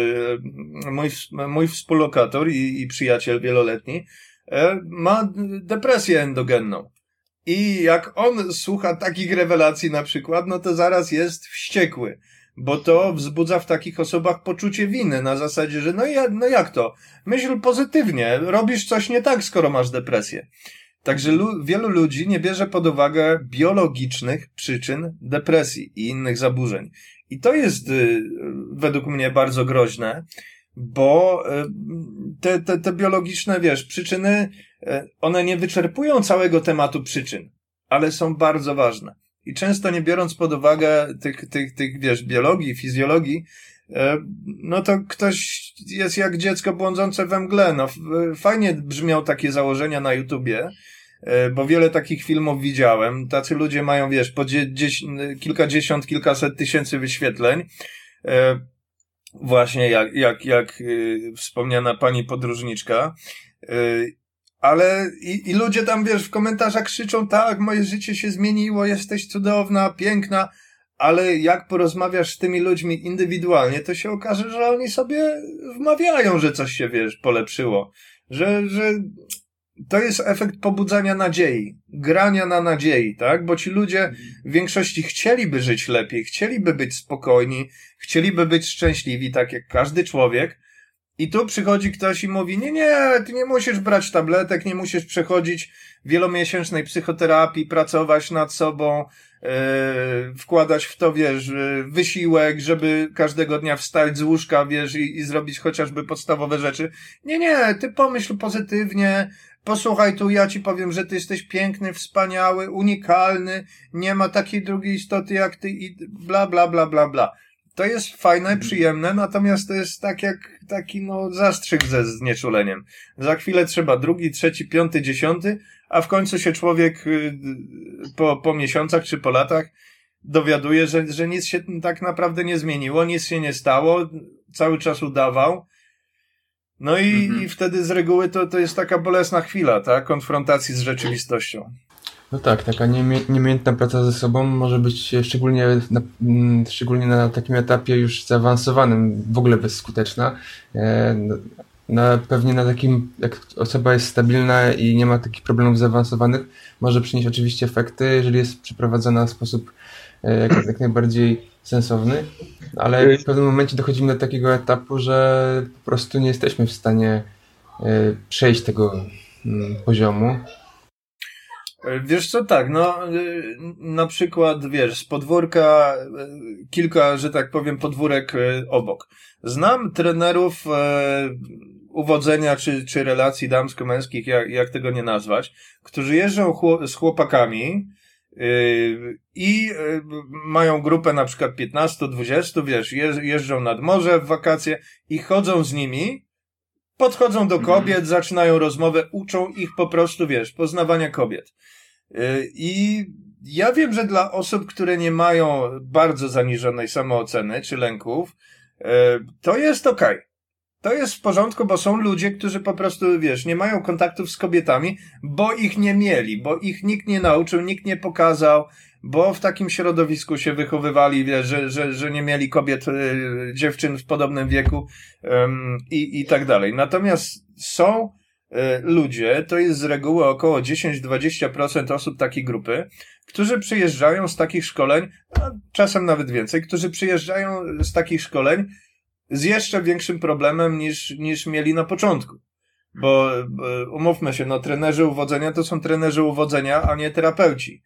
S1: mój współlokator i przyjaciel wieloletni ma depresję endogenną. I jak on słucha takich rewelacji na przykład, no to zaraz jest wściekły, bo to wzbudza w takich osobach poczucie winy na zasadzie, że no jak to? Myśl pozytywnie, robisz coś nie tak, skoro masz depresję. Także wielu ludzi nie bierze pod uwagę biologicznych przyczyn depresji i innych zaburzeń. I to jest według mnie bardzo groźne, bo te biologiczne, wiesz, przyczyny, one nie wyczerpują całego tematu przyczyn, ale są bardzo ważne. I często nie biorąc pod uwagę tych, wiesz, biologii, fizjologii, no to ktoś jest jak dziecko błądzące we mgle. No, fajnie brzmią takie założenia na YouTubie, bo wiele takich filmów widziałem. Tacy ludzie mają, wiesz, po kilkadziesiąt, kilkaset tysięcy wyświetleń. Właśnie jak wspomniana pani podróżniczka. Ale i ludzie tam, wiesz, w komentarzach krzyczą, tak, moje życie się zmieniło, jesteś cudowna, piękna, ale jak porozmawiasz z tymi ludźmi indywidualnie, to się okaże, że oni sobie wmawiają, że coś się, wiesz, polepszyło. Że to jest efekt pobudzania nadziei, grania na nadziei, tak? Bo ci ludzie w większości chcieliby żyć lepiej, chcieliby być spokojni, chcieliby być szczęśliwi, tak jak każdy człowiek. I tu przychodzi ktoś i mówi, nie, ty nie musisz brać tabletek, nie musisz przechodzić wielomiesięcznej psychoterapii, pracować nad sobą, wkładać w to, wiesz, wysiłek, żeby każdego dnia wstać z łóżka, wiesz, i zrobić chociażby podstawowe rzeczy. Nie, ty pomyśl pozytywnie, posłuchaj tu, ja ci powiem, że ty jesteś piękny, wspaniały, unikalny, nie ma takiej drugiej istoty jak ty i bla, bla, bla, bla, bla. To jest fajne, przyjemne, natomiast to jest tak jak taki, zastrzyk ze znieczuleniem. Za chwilę trzeba drugi, trzeci, piąty, 10, a w końcu się człowiek po miesiącach czy po latach dowiaduje, że nic się tak naprawdę nie zmieniło, nic się nie stało, cały czas udawał. No i wtedy z reguły to jest taka bolesna chwila, tak? Konfrontacji z rzeczywistością.
S4: No tak, taka nieumiejętna praca ze sobą może być szczególnie na takim etapie już zaawansowanym w ogóle bezskuteczna. Pewnie na takim, jak osoba jest stabilna i nie ma takich problemów zaawansowanych, może przynieść oczywiście efekty, jeżeli jest przeprowadzona w sposób jak najbardziej sensowny, ale w pewnym momencie dochodzimy do takiego etapu, że po prostu nie jesteśmy w stanie przejść tego poziomu.
S1: Wiesz co, tak, na przykład, wiesz, z podwórka kilka, że tak powiem, podwórek obok. Znam trenerów uwodzenia czy relacji damsko-męskich, jak tego nie nazwać, którzy jeżdżą z chłopakami i mają grupę na przykład 15-20, wiesz, jeżdżą nad morze w wakacje i chodzą z nimi, podchodzą do kobiet, zaczynają rozmowę, uczą ich po prostu, wiesz, poznawania kobiet. I ja wiem, że dla osób, które nie mają bardzo zaniżonej samooceny czy lęków, to jest okej. To jest w porządku, bo są ludzie, którzy po prostu, wiesz, nie mają kontaktów z kobietami, bo ich nie mieli, bo ich nikt nie nauczył, nikt nie pokazał, bo w takim środowisku się wychowywali, wiesz, że nie mieli kobiet, dziewczyn w podobnym wieku i tak dalej. Natomiast są ludzie, to jest z reguły około 10-20% osób takiej grupy, którzy przyjeżdżają z takich szkoleń, a czasem nawet więcej, którzy przyjeżdżają z takich szkoleń z jeszcze większym problemem niż mieli na początku. Bo umówmy się, trenerzy uwodzenia to są trenerzy uwodzenia, a nie terapeuci.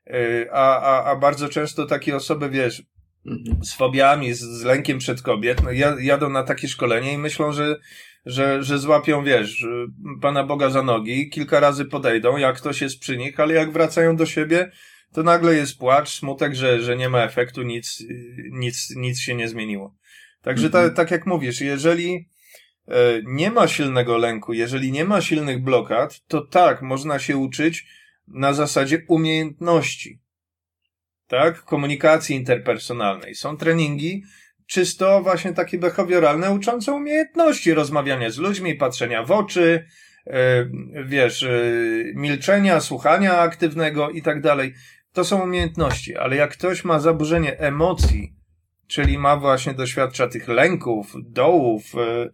S1: A bardzo często takie osoby, wiesz, z fobiami, z lękiem przed kobiet, jadą na takie szkolenie i myślą, że złapią, wiesz, Pana Boga za nogi, kilka razy podejdą, jak ktoś jest przy nich, ale jak wracają do siebie, to nagle jest płacz, smutek, że nie ma efektu, nic się nie zmieniło. Także tak jak mówisz, jeżeli nie ma silnego lęku, jeżeli nie ma silnych blokad, to tak, można się uczyć na zasadzie umiejętności, tak? Komunikacji interpersonalnej. Są treningi czysto właśnie takie behawioralne, uczące umiejętności rozmawiania z ludźmi, patrzenia w oczy, wiesz, milczenia, słuchania aktywnego i tak dalej. To są umiejętności, ale jak ktoś ma zaburzenie emocji, czyli doświadcza tych lęków, dołów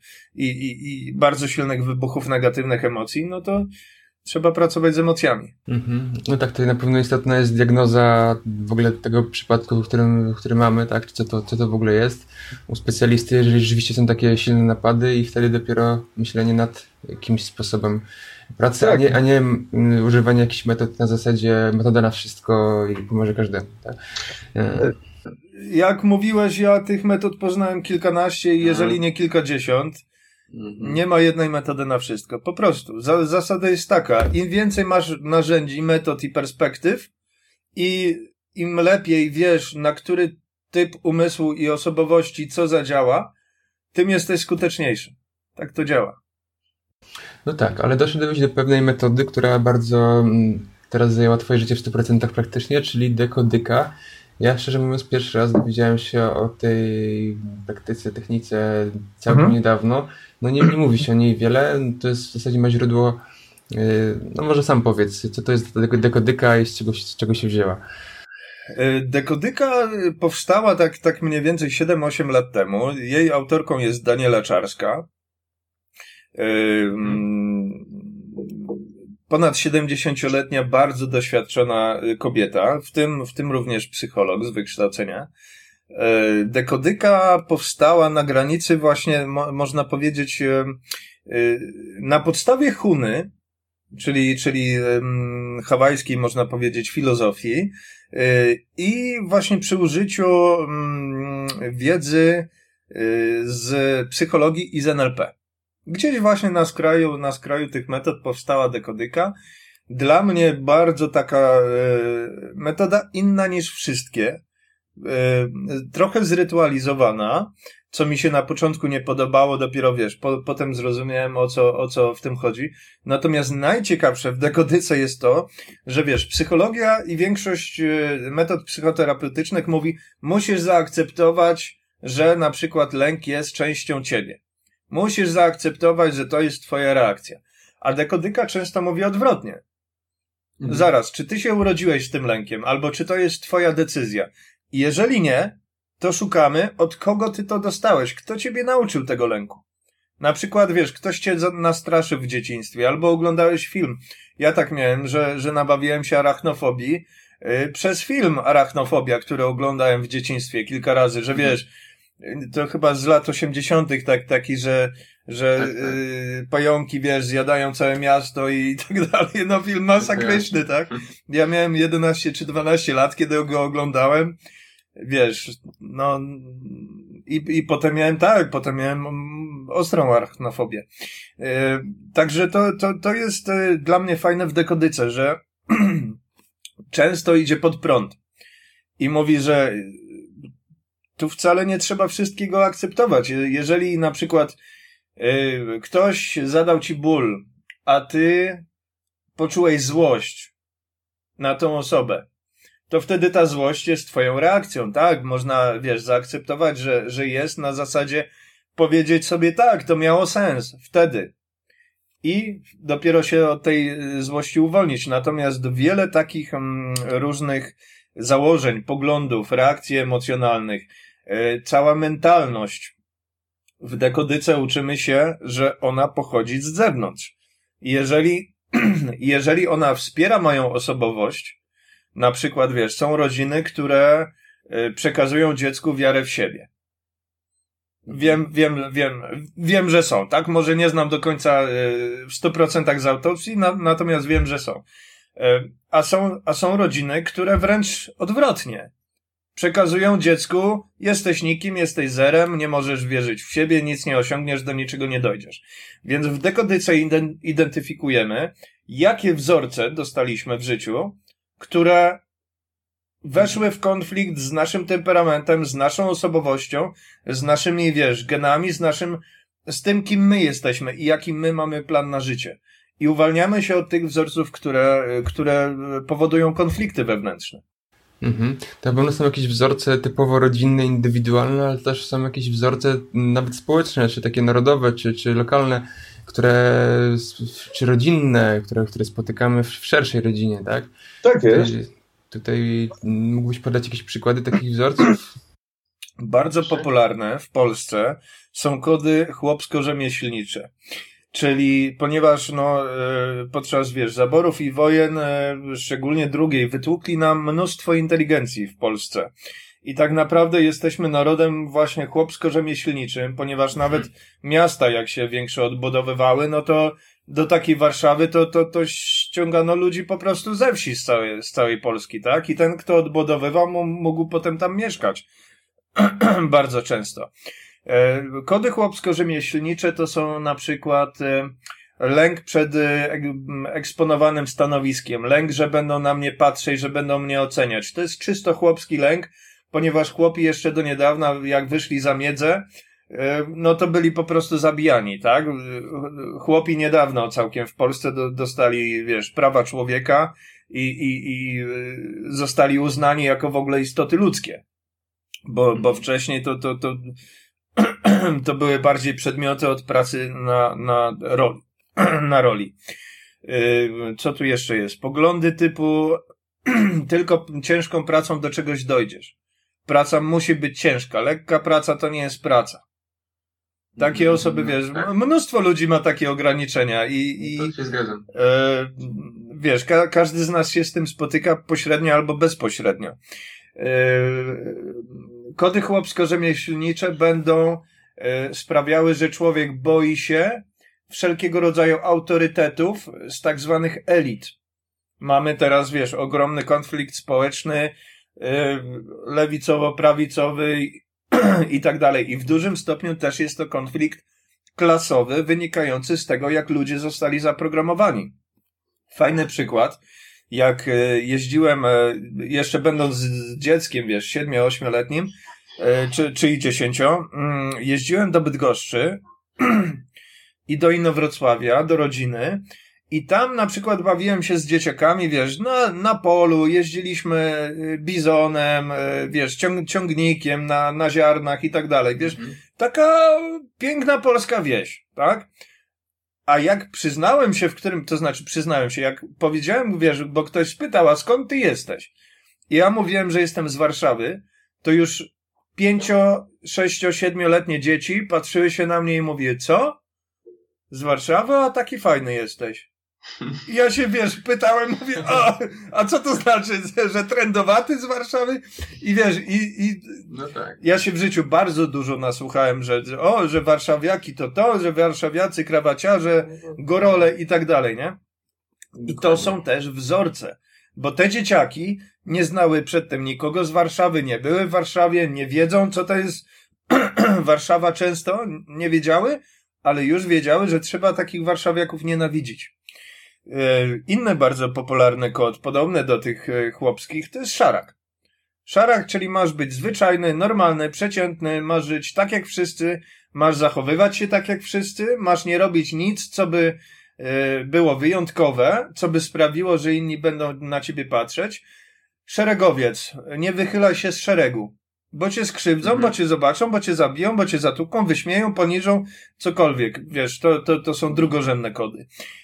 S1: i bardzo silnych wybuchów negatywnych emocji, no to trzeba pracować z emocjami.
S4: No tak, to na pewno istotna jest diagnoza w ogóle tego przypadku, który mamy, tak? Co to w ogóle jest u specjalisty, jeżeli rzeczywiście są takie silne napady i wtedy dopiero myślenie nad jakimś sposobem pracy, tak. a nie używanie jakichś metod na zasadzie metoda na wszystko i pomoże każdemu, tak?
S1: Jak mówiłeś, ja tych metod poznałem kilkanaście i jeżeli nie kilkadziesiąt. Nie ma jednej metody na wszystko. Po prostu. Zasada jest taka. Im więcej masz narzędzi, metod i perspektyw i im lepiej wiesz, na który typ umysłu i osobowości co zadziała, tym jesteś skuteczniejszy. Tak to działa.
S4: No tak, ale doszedłeś do pewnej metody, która bardzo teraz zajęła twoje życie w 100% praktycznie, czyli dekodyka. Ja szczerze mówiąc pierwszy raz dowiedziałem się o tej praktyce, technice całkiem niedawno. No nie mówi się o niej wiele, to jest w zasadzie ma źródło, no może sam powiedz, co to jest dekodyka i z czego się wzięła?
S1: Dekodyka powstała tak mniej więcej 7-8 lat temu. Jej autorką jest Daniela Czarska. Ponad 70-letnia, bardzo doświadczona kobieta, w tym również psycholog z wykształcenia. Dekodyka powstała na granicy właśnie, można powiedzieć, na podstawie huny, czyli hawajskiej, można powiedzieć, filozofii, I właśnie przy użyciu wiedzy z psychologii i z NLP. Gdzieś właśnie na skraju tych metod powstała dekodyka. Dla mnie bardzo taka metoda inna niż wszystkie. Trochę zrytualizowana, co mi się na początku nie podobało, dopiero wiesz, potem zrozumiałem o co w tym chodzi. Natomiast najciekawsze w dekodyce jest to, że wiesz, psychologia i większość metod psychoterapeutycznych mówi, musisz zaakceptować, że na przykład lęk jest częścią ciebie. Musisz zaakceptować, że to jest twoja reakcja. A dekodyka często mówi odwrotnie. Zaraz, czy ty się urodziłeś z tym lękiem, albo czy to jest twoja decyzja? I jeżeli nie, to szukamy, od kogo ty to dostałeś, kto ciebie nauczył tego lęku. Na przykład, wiesz, ktoś cię nastraszył w dzieciństwie, albo oglądałeś film. Ja tak miałem, że nabawiłem się arachnofobii przez film Arachnofobia, który oglądałem w dzieciństwie kilka razy, że wiesz, to chyba z lat 80. taki, że pająki, wiesz, zjadają całe miasto i tak dalej. No film masakryczny, tak? Ja miałem 11 czy 12 lat, kiedy go oglądałem. Wiesz, no i potem miałem ostrą arachnofobię. Także to jest dla mnie fajne w dekodyce, że często idzie pod prąd i mówi, że tu wcale nie trzeba wszystkiego akceptować. Jeżeli na przykład ktoś zadał ci ból, a ty poczułeś złość na tą osobę, to wtedy ta złość jest twoją reakcją, tak? Można, wiesz, zaakceptować, że jest na zasadzie powiedzieć sobie tak, to miało sens wtedy. I dopiero się od tej złości uwolnić. Natomiast wiele takich różnych założeń, poglądów, reakcji emocjonalnych, cała mentalność w dekodyce uczymy się, że ona pochodzi z zewnątrz. Jeżeli ona wspiera moją osobowość, na przykład, wiesz, są rodziny, które przekazują dziecku wiarę w siebie. Wiem, że są, tak? Może nie znam do końca w 100% z autopsji, natomiast wiem, że są. A są rodziny, które wręcz odwrotnie przekazują dziecku, jesteś nikim, jesteś zerem, nie możesz wierzyć w siebie, nic nie osiągniesz, do niczego nie dojdziesz. Więc w dekodyce identyfikujemy, jakie wzorce dostaliśmy w życiu, które weszły w konflikt z naszym temperamentem, z naszą osobowością, z naszymi, wiesz, genami, z tym, kim my jesteśmy i jaki my mamy plan na życie. I uwalniamy się od tych wzorców, które powodują konflikty wewnętrzne.
S4: To na pewno są jakieś wzorce typowo rodzinne, indywidualne, ale też są jakieś wzorce nawet społeczne, czy takie narodowe, czy lokalne, czy rodzinne, które spotykamy w szerszej rodzinie, tak?
S3: Tak jest.
S4: Tutaj mógłbyś podać jakieś przykłady takich wzorców?
S1: Bardzo popularne w Polsce są kody chłopsko-rzemieślnicze. Czyli ponieważ podczas, wiesz, zaborów i wojen, szczególnie drugiej, wytłukli nam mnóstwo inteligencji w Polsce. I tak naprawdę jesteśmy narodem właśnie chłopsko-rzemieślniczym, ponieważ nawet miasta, jak się większe odbudowywały, no to do takiej Warszawy to ściągano ludzi po prostu ze wsi z całej Polski, tak? I ten, kto odbudowywał, mógł potem tam mieszkać. Bardzo często. Kody chłopsko-rzemieślnicze to są na przykład lęk przed eksponowanym stanowiskiem, lęk, że będą na mnie patrzeć, że będą mnie oceniać. To jest czysto chłopski lęk, ponieważ chłopi jeszcze do niedawna, jak wyszli za miedzę, no to byli po prostu zabijani, tak? Chłopi niedawno całkiem w Polsce dostali, wiesz, prawa człowieka i zostali uznani jako w ogóle istoty ludzkie. Bo wcześniej to były bardziej przedmioty od pracy na roli. Co tu jeszcze jest? Poglądy typu tylko ciężką pracą do czegoś dojdziesz. Praca musi być ciężka. Lekka praca to nie jest praca. Takie osoby, wiesz, mnóstwo ludzi ma takie ograniczenia i
S4: to się zgadzam.
S1: Wiesz, każdy z nas się z tym spotyka pośrednio albo bezpośrednio. Kody chłopsko-rzemieślnicze będą sprawiały, że człowiek boi się wszelkiego rodzaju autorytetów z tak zwanych elit. Mamy teraz, wiesz, ogromny konflikt społeczny, lewicowo-prawicowy i tak dalej. I w dużym stopniu też jest to konflikt klasowy, wynikający z tego, jak ludzie zostali zaprogramowani. Fajny przykład, jak jeździłem, jeszcze będąc dzieckiem, wiesz, 7-8-letnim, czy i 10, jeździłem do Bydgoszczy i do Inowrocławia, do rodziny, i tam na przykład bawiłem się z dzieciakami, wiesz, na polu, jeździliśmy bizonem, wiesz, ciągnikiem na ziarnach i tak dalej, wiesz, taka piękna polska wieś, tak? A jak przyznałem się, jak powiedziałem, wiesz, bo ktoś spytał, a skąd ty jesteś? I ja mówiłem, że jestem z Warszawy, to już 5, 6, 7-letnie dzieci patrzyły się na mnie i mówiły, co? Z Warszawy? A taki fajny jesteś. I ja się, wiesz, pytałem, mówię, a co to znaczy, że trendowaty z Warszawy? I wiesz,
S4: no tak.
S1: Ja się w życiu bardzo dużo nasłuchałem, że warszawiaki to, że warszawiacy, krawaciarze, gorole i tak dalej, nie? I to są też wzorce, bo te dzieciaki nie znały przedtem nikogo z Warszawy, nie były w Warszawie, nie wiedzą, co to jest Warszawa często, nie wiedziały, ale już wiedziały, że trzeba takich warszawiaków nienawidzić. Inny bardzo popularny kod, podobny do tych chłopskich, to jest szarak. Szarak, czyli masz być zwyczajny, normalny, przeciętny, masz żyć tak jak wszyscy, masz zachowywać się tak jak wszyscy, masz nie robić nic, co by było wyjątkowe, co by sprawiło, że inni będą na ciebie patrzeć. Szeregowiec, nie wychylaj się z szeregu, bo cię skrzywdzą, bo cię zobaczą, bo cię zabiją, bo cię zatłuką, wyśmieją, poniżą, cokolwiek. Wiesz, to są drugorzędne kody.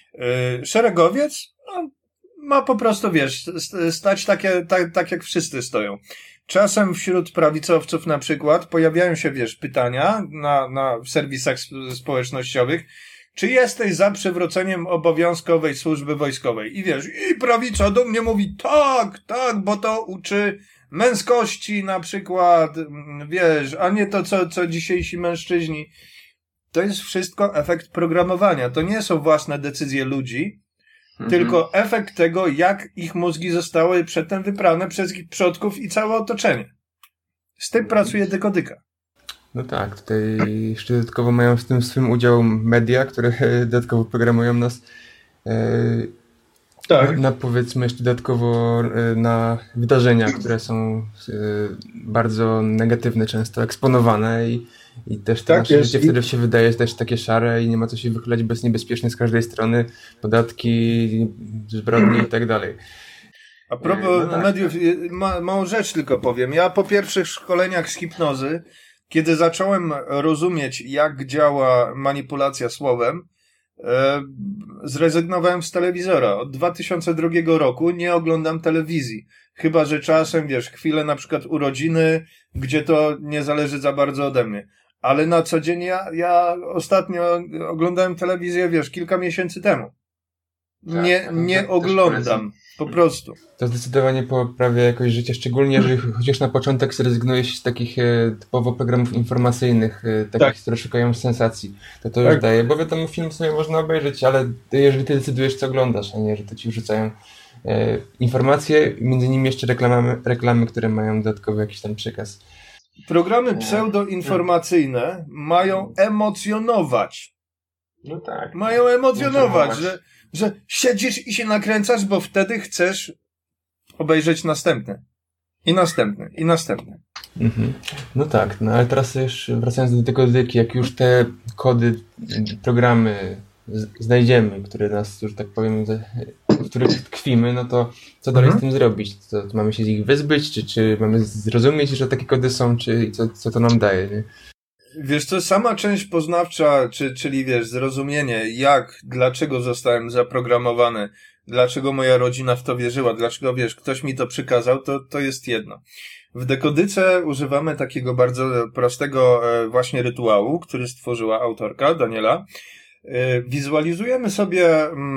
S1: Szeregowiec ma po prostu, wiesz, stać tak jak wszyscy stoją. Czasem wśród prawicowców na przykład pojawiają się, wiesz, pytania w serwisach społecznościowych, czy jesteś za przywróceniem obowiązkowej służby wojskowej? I wiesz, i prawica do mnie mówi, tak, bo to uczy męskości na przykład, wiesz, a nie to, co dzisiejsi mężczyźni. To jest wszystko efekt programowania. To nie są własne decyzje ludzi, tylko efekt tego, jak ich mózgi zostały przedtem wyprane przez ich przodków i całe otoczenie. Z tym pracuje dekodyka.
S4: No tak, tutaj jeszcze dodatkowo mają w tym swym udział media, które dodatkowo programują nas
S3: Tak.
S4: powiedzmy jeszcze dodatkowo na wydarzenia, które są bardzo negatywne, często eksponowane i też to nasze życie wtedy się wydaje też takie szare i nie ma co się wychylać bezniebezpiecznie z każdej strony, podatki, zbrodnie i tak dalej.
S1: A propos mediów, małą rzecz tylko powiem. Ja po pierwszych szkoleniach z hipnozy, kiedy zacząłem rozumieć, jak działa manipulacja słowem, zrezygnowałem z telewizora. Od 2002 roku nie oglądam telewizji. Chyba że czasem, wiesz, chwilę na przykład urodziny, gdzie to nie zależy za bardzo ode mnie. Ale na co dzień ja ostatnio oglądałem telewizję, wiesz, kilka miesięcy temu. Nie oglądam. Po prostu.
S4: To zdecydowanie poprawia jakość życia, szczególnie jeżeli chociaż na początek zrezygnujesz z takich typowo programów informacyjnych, takich, które szukają sensacji. To już daje, bo wiadomo, film sobie można obejrzeć, ale jeżeli ty decydujesz, co oglądasz, a nie, że to ci rzucają informacje, między innymi jeszcze reklamy, które mają dodatkowy jakiś tam przekaz.
S1: Programy pseudoinformacyjne mają emocjonować.
S4: No tak.
S1: Mają emocjonować, że siedzisz i się nakręcasz, bo wtedy chcesz obejrzeć następny. I następny. I następny.
S4: No tak, no ale teraz już wracając do tego dekodyki, jak już te kody, programy znajdziemy, które nas, już tak powiem, w których tkwimy, no to co dalej z tym zrobić? To mamy się z nich wyzbyć, czy mamy zrozumieć, że takie kody są, czy co to nam daje, nie?
S1: Wiesz co, sama część poznawcza, czyli wiesz, zrozumienie, dlaczego zostałem zaprogramowany, dlaczego moja rodzina w to wierzyła, dlaczego, wiesz, ktoś mi to przykazał, to jest jedno. W dekodyce używamy takiego bardzo prostego właśnie rytuału, który stworzyła autorka, Daniela. Wizualizujemy sobie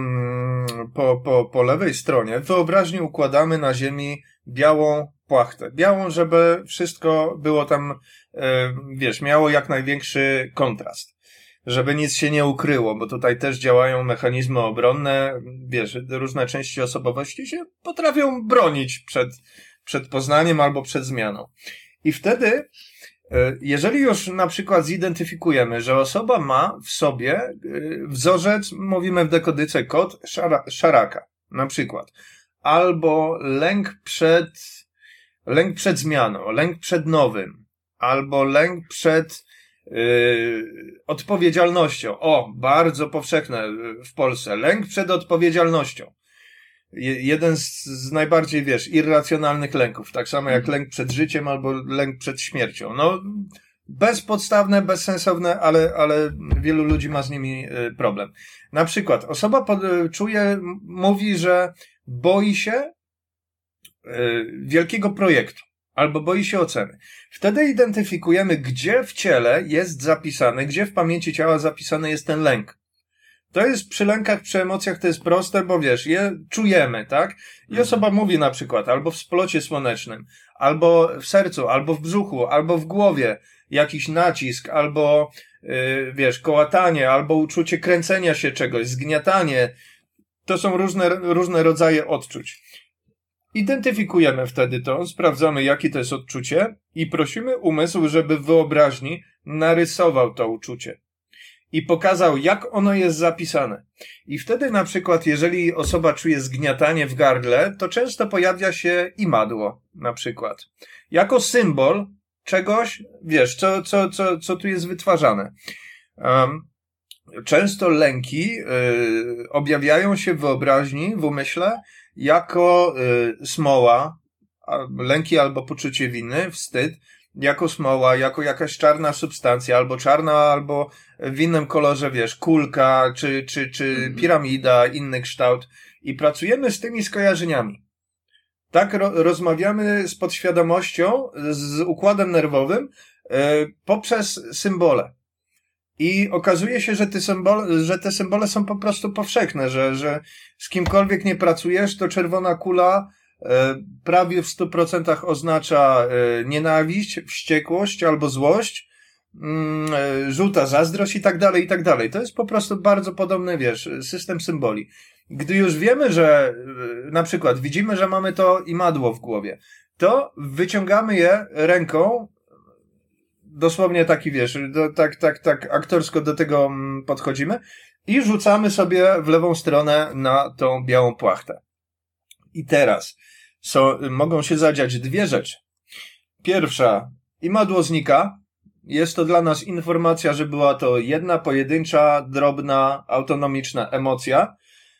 S1: po lewej stronie, wyobraźni układamy na ziemi białą płachtę. Białą, żeby wszystko było tam, wiesz, miało jak największy kontrast. żeby nic się nie ukryło, bo tutaj też działają mechanizmy obronne, wiesz, różne części osobowości się potrafią bronić przed poznaniem albo przed zmianą. I wtedy, jeżeli już na przykład zidentyfikujemy, że osoba ma w sobie wzorzec, mówimy w dekodyce kod szaraka, na przykład, albo lęk przed zmianą, lęk przed nowym, albo lęk przed odpowiedzialnością. O, bardzo powszechne w Polsce. Lęk przed odpowiedzialnością. Jeden z najbardziej, wiesz, irracjonalnych lęków. Tak samo jak lęk przed życiem albo lęk przed śmiercią. No, bezpodstawne, bezsensowne, ale wielu ludzi ma z nimi problem. Na przykład osoba mówi, że boi się wielkiego projektu albo boi się oceny. Wtedy identyfikujemy, gdzie w ciele jest zapisany, gdzie w pamięci ciała zapisany jest ten lęk. To jest przy lękach, przy emocjach to jest proste, bo wiesz, je czujemy, tak? I osoba mówi na przykład albo w splocie słonecznym, albo w sercu, albo w brzuchu, albo w głowie jakiś nacisk, albo wiesz, kołatanie, albo uczucie kręcenia się czegoś, zgniatanie. To są różne rodzaje odczuć. Identyfikujemy wtedy to, sprawdzamy, jakie to jest odczucie i prosimy umysł, żeby w wyobraźni narysował to uczucie i pokazał, jak ono jest zapisane. I wtedy na przykład, jeżeli osoba czuje zgniatanie w gardle, to często pojawia się imadło, na przykład. Jako symbol czegoś, wiesz, co tu jest wytwarzane. Często lęki objawiają się w wyobraźni, w umyśle, jako smoła, lęki albo poczucie winy, wstyd, jako smoła, jako jakaś czarna substancja, albo czarna, albo w innym kolorze, wiesz, kulka, czy piramida, inny kształt. I pracujemy z tymi skojarzeniami. Tak rozmawiamy z podświadomością, z układem nerwowym, poprzez symbole. I okazuje się, że te symbole są po prostu powszechne, że z kimkolwiek nie pracujesz, to czerwona kula prawie w 100% oznacza nienawiść, wściekłość albo złość, żółta zazdrość i tak dalej, i tak dalej. To jest po prostu bardzo podobny, wiesz, system symboli. Gdy już wiemy, że na przykład widzimy, że mamy to imadło w głowie, to wyciągamy je ręką, dosłownie taki, wiesz, tak aktorsko do tego podchodzimy i rzucamy sobie w lewą stronę na tą białą płachtę. I teraz mogą się zadziać dwie rzeczy. Pierwsza, imadło znika. Jest to dla nas informacja, że była to jedna pojedyncza, drobna, autonomiczna emocja.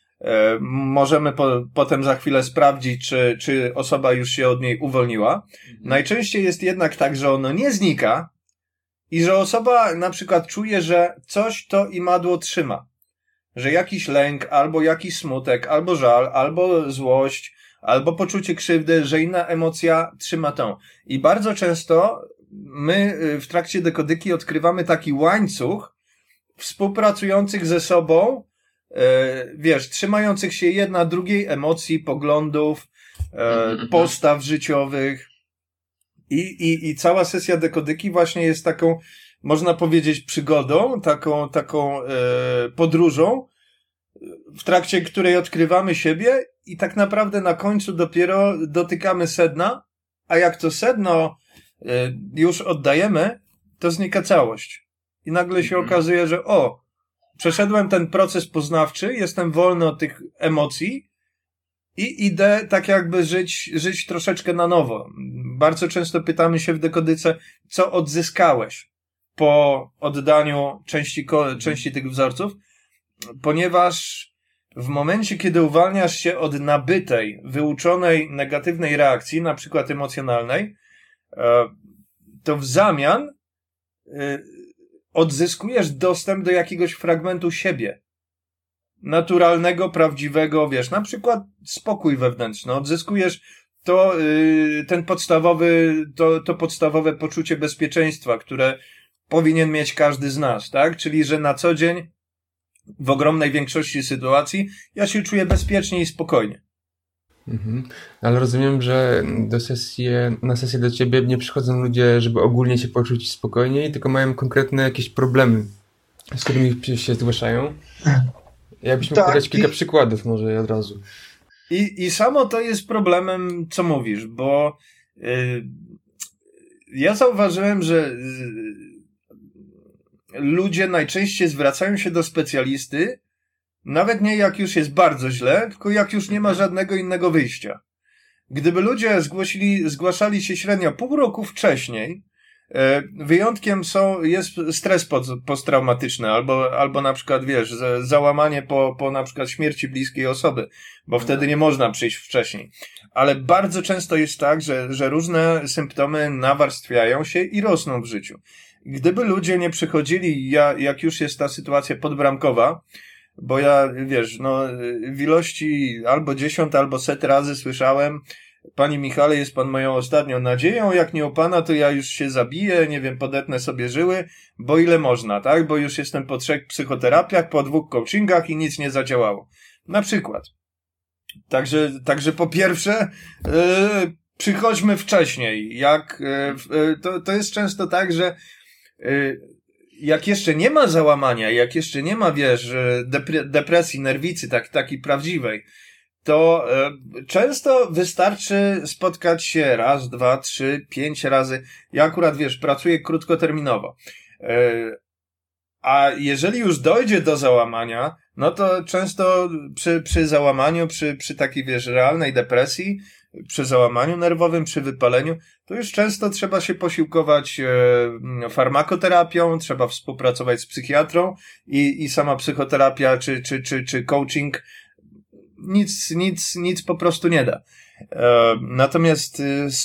S1: Możemy potem za chwilę sprawdzić, czy osoba już się od niej uwolniła. Najczęściej jest jednak tak, że ono nie znika i że osoba na przykład czuje, że coś to imadło trzyma. Że jakiś lęk, albo jakiś smutek, albo żal, albo złość, albo poczucie krzywdy, że inna emocja trzyma tą. I bardzo często my w trakcie dekodyki odkrywamy taki łańcuch współpracujących ze sobą, wiesz, trzymających się jedna drugiej emocji, poglądów, postaw życiowych. I cała sesja dekodyki właśnie jest taką, można powiedzieć, przygodą, taką podróżą, w trakcie której odkrywamy siebie i tak naprawdę na końcu dopiero dotykamy sedna, a jak to sedno już oddajemy, to znika całość. I nagle się okazuje, że przeszedłem ten proces poznawczy, jestem wolny od tych emocji i idę tak jakby żyć troszeczkę na nowo. Bardzo często pytamy się w dekodyce, co odzyskałeś po oddaniu części tych wzorców, ponieważ w momencie, kiedy uwalniasz się od nabytej, wyuczonej negatywnej reakcji, na przykład emocjonalnej, to w zamian odzyskujesz dostęp do jakiegoś fragmentu siebie. Naturalnego, prawdziwego, wiesz, na przykład spokój wewnętrzny. Odzyskujesz to podstawowe poczucie bezpieczeństwa, które powinien mieć każdy z nas, tak? Czyli, że na co dzień w ogromnej większości sytuacji ja się czuję bezpiecznie i spokojnie.
S4: Ale rozumiem, że na sesję do ciebie nie przychodzą ludzie, żeby ogólnie się poczuć spokojniej, tylko mają konkretne jakieś problemy. z którymi się zgłaszają. Jakbyś mógł
S3: Tak,
S4: podać kilka przykładów może od razu.
S1: I samo to jest problemem, co mówisz, bo ja zauważyłem, że ludzie najczęściej zwracają się do specjalisty, nawet nie jak już jest bardzo źle, tylko jak już nie ma żadnego innego wyjścia. Gdyby ludzie zgłaszali się średnio pół roku wcześniej, wyjątkiem jest stres posttraumatyczny, albo na przykład, wiesz, załamanie po na przykład śmierci bliskiej osoby, bo wtedy nie można przyjść wcześniej. Ale bardzo często jest tak, że różne symptomy nawarstwiają się i rosną w życiu. Gdyby ludzie nie przychodzili, jak już jest ta sytuacja podbramkowa, bo ja, wiesz, no, w ilości albo 10, albo 100 razy słyszałem: Panie Michale, jest pan moją ostatnią nadzieją, jak nie u pana, to ja już się zabiję, nie wiem, podetnę sobie żyły, bo ile można, tak? Bo już jestem po 3 psychoterapiach, po 2 coachingach i nic nie zadziałało. Na przykład. Także po pierwsze, przychodźmy wcześniej. To jest często tak, że jak jeszcze nie ma załamania, jak jeszcze nie ma, wiesz, depresji, nerwicy, takiej prawdziwej, to często wystarczy spotkać się raz, 2, 3, 5 razy. Ja akurat, wiesz, pracuję krótkoterminowo. A jeżeli już dojdzie do załamania, no to często przy załamaniu, przy takiej, wiesz, realnej depresji, przy załamaniu nerwowym, przy wypaleniu, to już często trzeba się posiłkować farmakoterapią, trzeba współpracować z psychiatrą i sama psychoterapia czy coaching nic po prostu nie da. Natomiast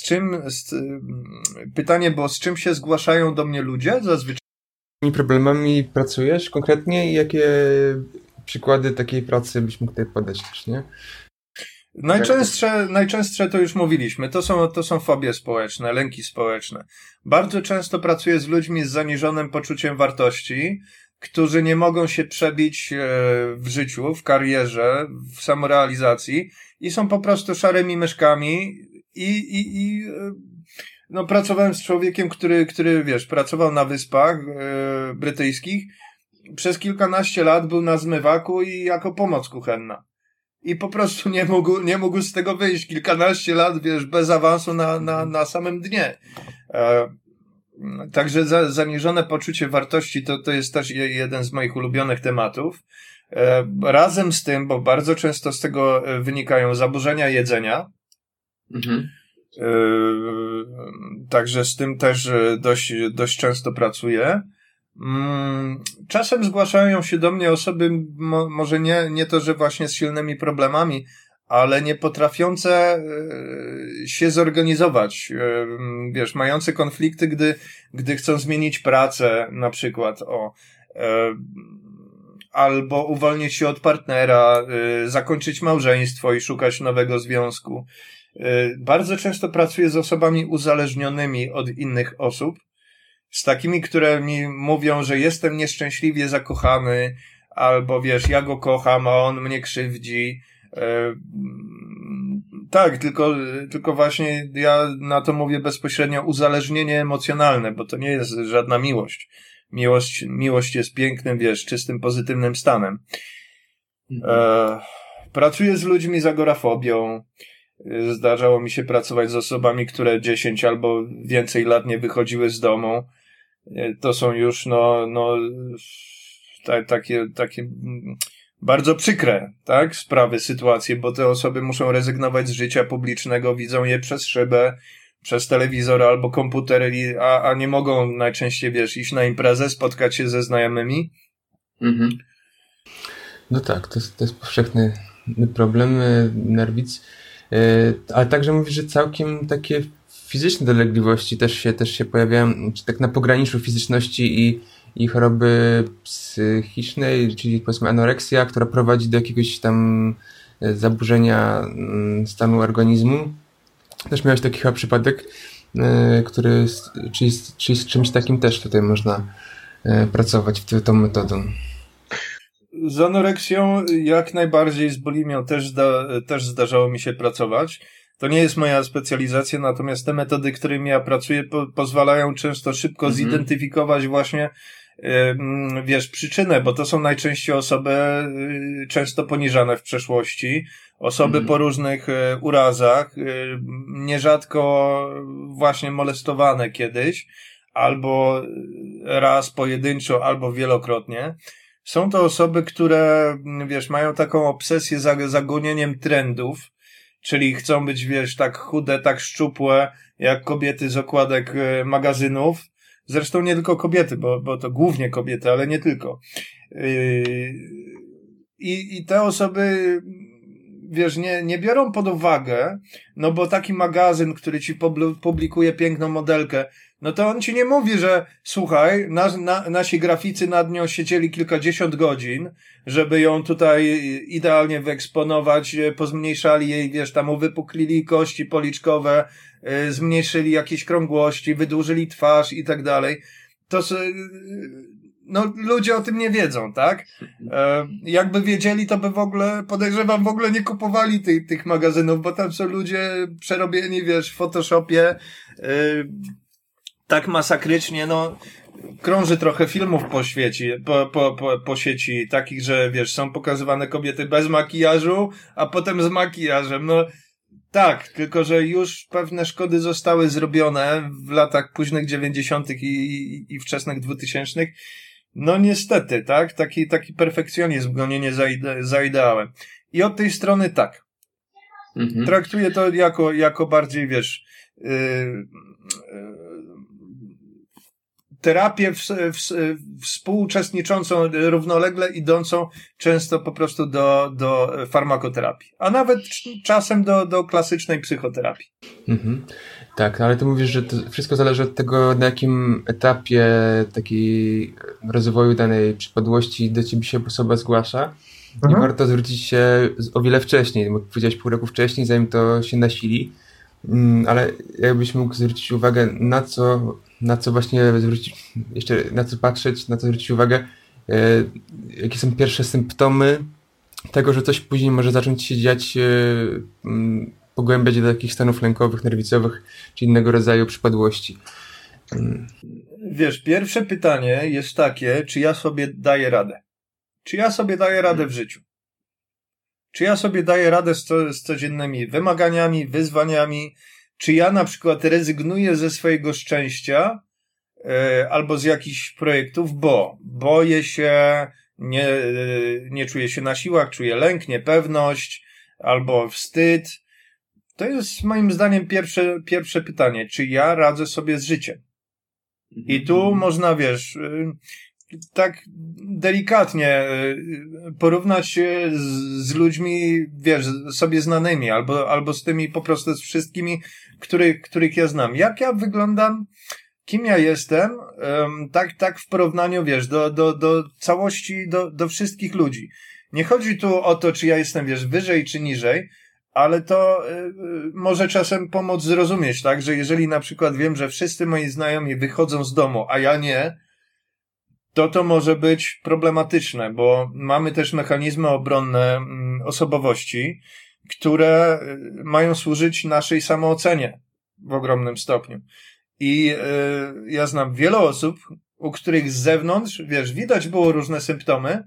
S1: pytanie było, z czym się zgłaszają do mnie ludzie zazwyczaj?
S4: Z jakimi problemami pracujesz konkretnie i jakie przykłady takiej pracy byś mógł tutaj podać też, nie?
S1: Najczęstsze to już mówiliśmy. To są fobie społeczne, lęki społeczne. Bardzo często pracuję z ludźmi z zaniżonym poczuciem wartości, którzy nie mogą się przebić w życiu, w karierze, w samorealizacji i są po prostu szarymi myszkami no, pracowałem z człowiekiem, który, wiesz, pracował na Wyspach Brytyjskich. Przez kilkanaście lat był na zmywaku i jako pomoc kuchenna. I po prostu nie mógł z tego wyjść. Kilkanaście lat, wiesz, bez awansu na samym dnie. Także zaniżone poczucie wartości to jest też jeden z moich ulubionych tematów. Razem z tym, bo bardzo często z tego wynikają zaburzenia jedzenia. Mhm. Także z tym też dość często pracuję. Czasem zgłaszają się do mnie osoby, może nie to, że właśnie z silnymi problemami, ale nie potrafiące się zorganizować, wiesz, mające konflikty, gdy chcą zmienić pracę, na przykład, albo uwolnić się od partnera, zakończyć małżeństwo i szukać nowego związku. Bardzo często pracuję z osobami uzależnionymi od innych osób, z takimi, które mi mówią, że jestem nieszczęśliwie zakochany, albo wiesz, ja go kocham, a on mnie krzywdzi. Tak, tylko właśnie ja na to mówię bezpośrednio uzależnienie emocjonalne, bo to nie jest żadna miłość. Miłość jest pięknym, wiesz, czystym, pozytywnym stanem. Pracuję z ludźmi z agorafobią. Zdarzało mi się pracować z osobami, które 10 albo więcej lat nie wychodziły z domu. To są już, takie bardzo przykre, tak, sprawy, sytuacje, bo te osoby muszą rezygnować z życia publicznego, widzą je przez szybę, przez telewizor albo komputer, a nie mogą najczęściej, wiesz, iść na imprezę, spotkać się ze znajomymi. Mhm.
S4: No tak, to jest powszechny problem nerwic, ale także mówisz, że całkiem takie fizyczne dolegliwości też się pojawiają, czy tak na pograniczu fizyczności i choroby psychicznej, czyli powiedzmy anoreksja, która prowadzi do jakiegoś tam zaburzenia stanu organizmu. Też miałeś taki chyba przypadek, czyli z czymś takim też tutaj można pracować tą metodą.
S1: Z anoreksją jak najbardziej, z bulimią też zdarzało mi się pracować. To nie jest moja specjalizacja, natomiast te metody, którymi ja pracuję, pozwalają często szybko zidentyfikować właśnie wiesz, przyczynę, bo to są najczęściej osoby często poniżane w przeszłości, osoby po różnych urazach, nierzadko właśnie molestowane kiedyś, albo raz pojedynczo, albo wielokrotnie. Są to osoby, które, wiesz, mają taką obsesję za gonieniem trendów, czyli chcą być, wiesz, tak chude, tak szczupłe, jak kobiety z okładek magazynów. Zresztą nie tylko kobiety, bo to głównie kobiety, ale nie tylko. I te osoby, wiesz, nie biorą pod uwagę, no bo taki magazyn, który ci publikuje piękną modelkę, no to on ci nie mówi, że słuchaj, nasi graficy nad nią siedzieli kilkadziesiąt godzin, żeby ją tutaj idealnie wyeksponować, pozmniejszali jej, wiesz, tam uwypuklili kości policzkowe, zmniejszyli jakieś krągłości, wydłużyli twarz i tak dalej. To no ludzie o tym nie wiedzą, tak? Jakby wiedzieli, to by w ogóle, podejrzewam, w ogóle nie kupowali tych magazynów, bo tam są ludzie przerobieni, wiesz, w Photoshopie, tak masakrycznie, no, krąży trochę filmów po świecie, po sieci, takich, że, wiesz, są pokazywane kobiety bez makijażu, a potem z makijażem, no, tak, tylko że już pewne szkody zostały zrobione w latach późnych 90. i wczesnych 2000. No niestety, tak? Taki perfekcjonizm, gonienie za ideałem. I od tej strony tak. Traktuję to jako bardziej, wiesz, terapię współuczestniczącą, równolegle idącą często po prostu do farmakoterapii. A nawet czasem do klasycznej psychoterapii.
S4: Tak, ale ty mówisz, że to wszystko zależy od tego, na jakim etapie takiej rozwoju danej przypadłości do ciebie się osoba zgłasza. I warto zwrócić się o wiele wcześniej, bo powiedziałeś pół roku wcześniej, zanim to się nasili. Ale jakbyś mógł zwrócić uwagę, na co właśnie zwrócić, jeszcze na co patrzeć, na co zwrócić uwagę, jakie są pierwsze symptomy tego, że coś później może zacząć się dziać, pogłębiać do takich stanów lękowych, nerwicowych, czy innego rodzaju przypadłości.
S1: Wiesz, pierwsze pytanie jest takie, czy ja sobie daję radę? Czy ja sobie daję radę w życiu? Czy ja sobie daję radę z codziennymi wymaganiami, wyzwaniami? Czy ja na przykład rezygnuję ze swojego szczęścia albo z jakichś projektów, bo boję się, nie czuję się na siłach, czuję lęk, niepewność albo wstyd? To jest moim zdaniem pierwsze pytanie. Czy ja radzę sobie z życiem? I tu można, wiesz, tak delikatnie porównać się z ludźmi, wiesz, sobie znanymi, albo z tymi po prostu z wszystkimi, których ja znam. Jak ja wyglądam, kim ja jestem, tak w porównaniu, wiesz, do całości, do wszystkich ludzi. Nie chodzi tu o to, czy ja jestem, wiesz, wyżej czy niżej, ale to może czasem pomóc zrozumieć, tak, że jeżeli na przykład wiem, że wszyscy moi znajomi wychodzą z domu, a ja nie, to może być problematyczne, bo mamy też mechanizmy obronne osobowości, które mają służyć naszej samoocenie w ogromnym stopniu. I ja znam wiele osób, u których z zewnątrz, wiesz, widać było różne symptomy,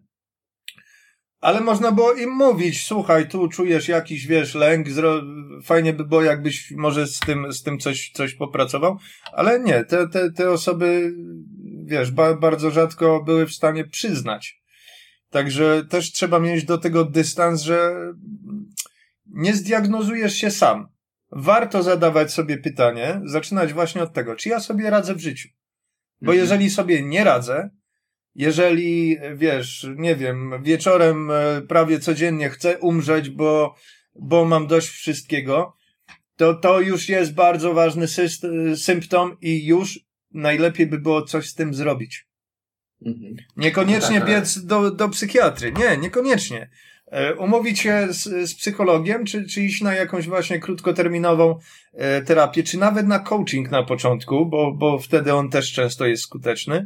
S1: ale można było im mówić, słuchaj, tu czujesz jakiś, wiesz, lęk, fajnie by było, jakbyś może z tym coś popracował, ale nie, te osoby, wiesz, bardzo rzadko były w stanie przyznać. Także też trzeba mieć do tego dystans, że nie zdiagnozujesz się sam. Warto zadawać sobie pytanie, zaczynać właśnie od tego, czy ja sobie radzę w życiu. Bo jeżeli sobie nie radzę, jeżeli, wiesz, nie wiem, wieczorem prawie codziennie chcę umrzeć, bo mam dość wszystkiego, to już jest bardzo ważny symptom i już najlepiej by było coś z tym zrobić. Niekoniecznie biec do psychiatry. Nie, niekoniecznie. Umówić się z psychologiem, czy iść na jakąś właśnie krótkoterminową terapię, czy nawet na coaching na początku, bo wtedy on też często jest skuteczny.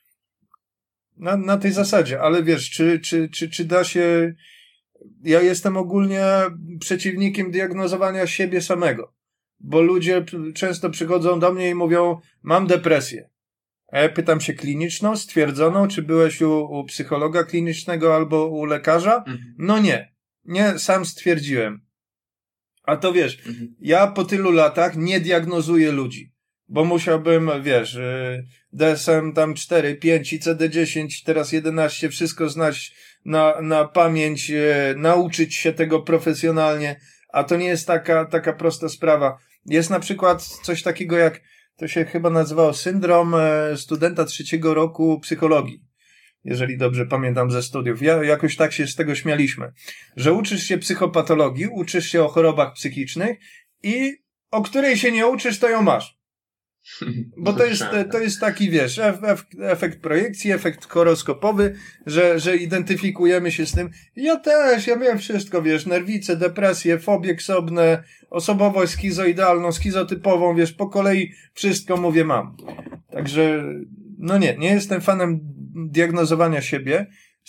S1: Na tej zasadzie, ale wiesz, czy da się... Ja jestem ogólnie przeciwnikiem diagnozowania siebie samego, bo ludzie często przychodzą do mnie i mówią, mam depresję. A ja pytam się kliniczną, stwierdzoną, czy byłeś u psychologa klinicznego albo u lekarza? No nie. Nie, sam stwierdziłem. A to wiesz, ja po tylu latach nie diagnozuję ludzi, bo musiałbym, wiesz, DSM tam 4, 5 i CD10, teraz 11, wszystko znać na pamięć, nauczyć się tego profesjonalnie, a to nie jest taka prosta sprawa. Jest na przykład coś takiego jak, to się chyba nazywało syndrom studenta 3. roku psychologii, jeżeli dobrze pamiętam ze studiów. Jakoś tak się z tego śmialiśmy, że uczysz się psychopatologii, uczysz się o chorobach psychicznych i o której się nie uczysz, to ją masz. Bo to jest taki, wiesz, efekt projekcji, efekt horoskopowy, że identyfikujemy się z tym. Ja wiem wszystko, wiesz, nerwice, depresje, fobie ksobne, osobowość skizoidalną, skizotypową, wiesz, po kolei wszystko mówię mam. Także, no nie jestem fanem diagnozowania siebie.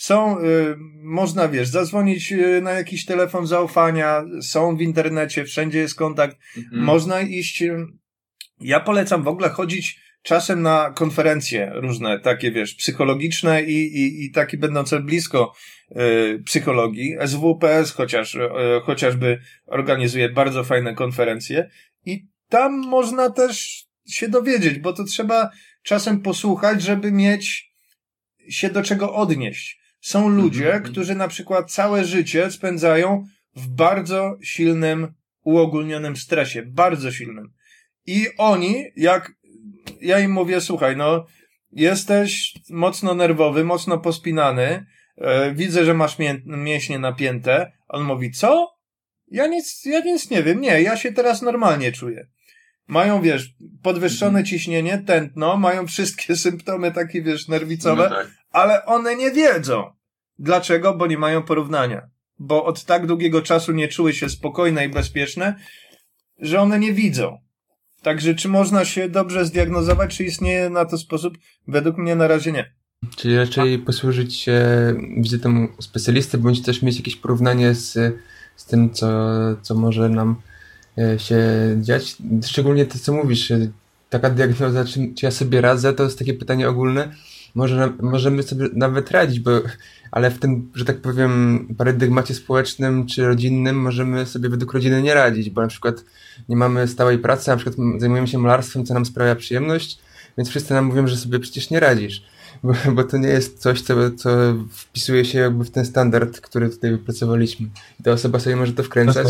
S1: Można, wiesz, zadzwonić na jakiś telefon zaufania, są w internecie, wszędzie jest kontakt, można iść. Ja polecam w ogóle chodzić czasem na konferencje różne, takie, wiesz, psychologiczne i takie będące blisko psychologii. SWPS chociażby organizuje bardzo fajne konferencje i tam można też się dowiedzieć, bo to trzeba czasem posłuchać, żeby mieć się do czego odnieść. Są ludzie, którzy na przykład całe życie spędzają w bardzo silnym, uogólnionym stresie, bardzo silnym. I oni, jak ja im mówię, słuchaj, no, jesteś mocno nerwowy, mocno pospinany, widzę, że masz mięśnie napięte. On mówi, co? Ja nic nie wiem, nie, ja się teraz normalnie czuję. Mają, wiesz, podwyższone ciśnienie, tętno, mają wszystkie symptomy takie, wiesz, nerwicowe, no tak. Ale one nie wiedzą. Dlaczego? Bo nie mają porównania. Bo od tak długiego czasu nie czuły się spokojne i bezpieczne, że one nie widzą. Także czy można się dobrze zdiagnozować, czy istnieje na to sposób? Według mnie na razie nie.
S4: Czyli raczej posłużyć się wizytą specjalisty, bądź też mieć jakieś porównanie z tym, co może nam się dziać. Szczególnie to, co mówisz, taka diagnoza, czy ja sobie radzę, to jest takie pytanie ogólne. Możemy sobie nawet radzić, ale w tym, że tak powiem, paradygmacie społecznym czy rodzinnym możemy sobie według rodziny nie radzić, bo na przykład nie mamy stałej pracy, na przykład zajmujemy się malarstwem, co nam sprawia przyjemność, więc wszyscy nam mówią, że sobie przecież nie radzisz, bo to nie jest coś, co wpisuje się jakby w ten standard, który tutaj wypracowaliśmy. I ta osoba sobie może to wkręcać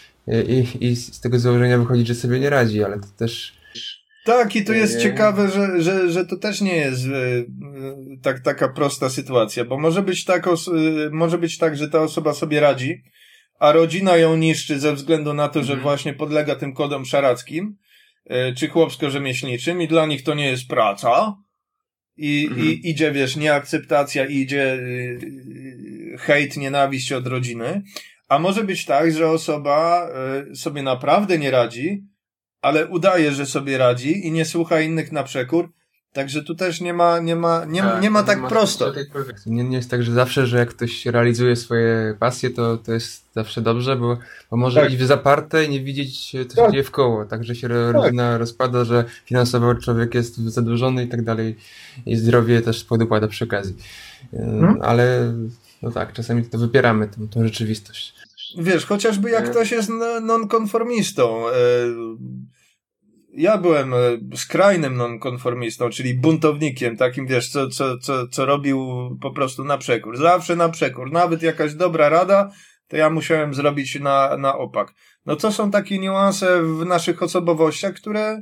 S4: i z tego założenia wychodzi, że sobie nie radzi, ale to też...
S1: Tak, i tu jest ciekawe, że to też nie jest taka prosta sytuacja, bo może być tak, że ta osoba sobie radzi, a rodzina ją niszczy ze względu na to, że właśnie podlega tym kodom szarackim, czy chłopsko-rzemieślniczym i dla nich to nie jest praca i idzie, wiesz, nieakceptacja, idzie hejt, nienawiść od rodziny, a może być tak, że osoba sobie naprawdę nie radzi, ale udaje, że sobie radzi i nie słucha innych na przekór. Także tu też nie ma tak prosto.
S4: Nie jest tak, że zawsze, że jak ktoś realizuje swoje pasje, to jest zawsze dobrze, bo może iść w zaparte i nie widzieć, co się dzieje wkoło. Także się rodzina rozpada, że finansowo człowiek jest zadłużony i tak dalej. I zdrowie też podupada przy okazji. Ale no tak, czasami to wypieramy, tą rzeczywistość.
S1: Wiesz, chociażby jak ktoś jest nonkonformistą. Ja byłem skrajnym nonkonformistą, czyli buntownikiem, takim, wiesz, co robił po prostu na przekór. Zawsze na przekór. Nawet jakaś dobra rada, to ja musiałem zrobić na opak. No to są takie niuanse w naszych osobowościach, które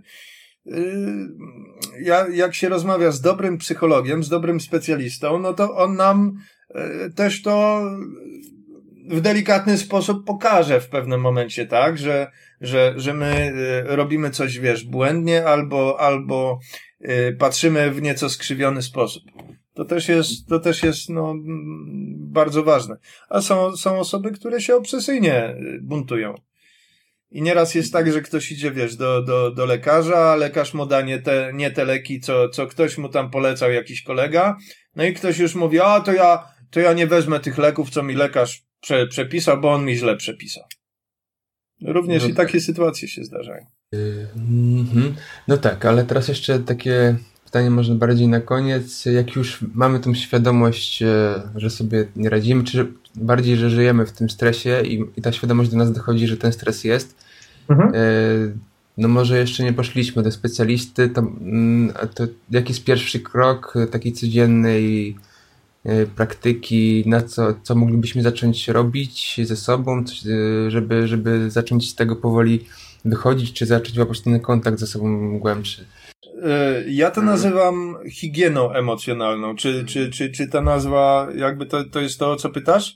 S1: jak się rozmawia z dobrym psychologiem, z dobrym specjalistą, no to on nam też to w delikatny sposób pokaże w pewnym momencie, tak, że my robimy coś, wiesz, błędnie albo patrzymy w nieco skrzywiony sposób. To też jest no, bardzo ważne. A są osoby, które się obsesyjnie buntują. I nieraz jest tak, że ktoś idzie, wiesz, do lekarza, a lekarz mu da nie te leki, co ktoś mu tam polecał, jakiś kolega, no i ktoś już mówi, to ja nie wezmę tych leków, co mi lekarz przepisał, bo on mi źle przepisał. Również i takie sytuacje się zdarzają.
S4: No tak, ale teraz jeszcze takie pytanie może bardziej na koniec. Jak już mamy tą świadomość, że sobie nie radzimy, czy bardziej, że żyjemy w tym stresie i ta świadomość do nas dochodzi, że ten stres jest, no może jeszcze nie poszliśmy do specjalisty, to jaki jest pierwszy krok takiej codziennej praktyki, na co moglibyśmy zacząć robić ze sobą, żeby zacząć z tego powoli wychodzić, czy zacząć łapać ten kontakt ze sobą głębszy?
S1: Ja to nazywam higieną emocjonalną. Czy ta nazwa, jakby to jest to, o co pytasz?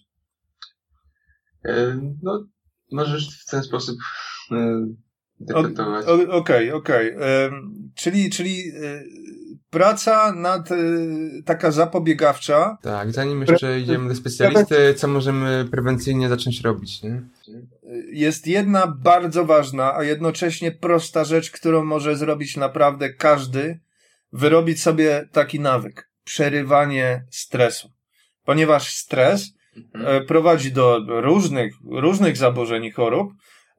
S4: No, możesz w ten sposób dyktować.
S1: Okej. Czyli praca taka zapobiegawcza.
S4: Tak, zanim jeszcze idziemy do specjalisty, co możemy prewencyjnie zacząć robić, nie?
S1: Jest jedna bardzo ważna, a jednocześnie prosta rzecz, którą może zrobić naprawdę każdy, wyrobić sobie taki nawyk. Przerywanie stresu. Ponieważ stres prowadzi do różnych zaburzeń i chorób.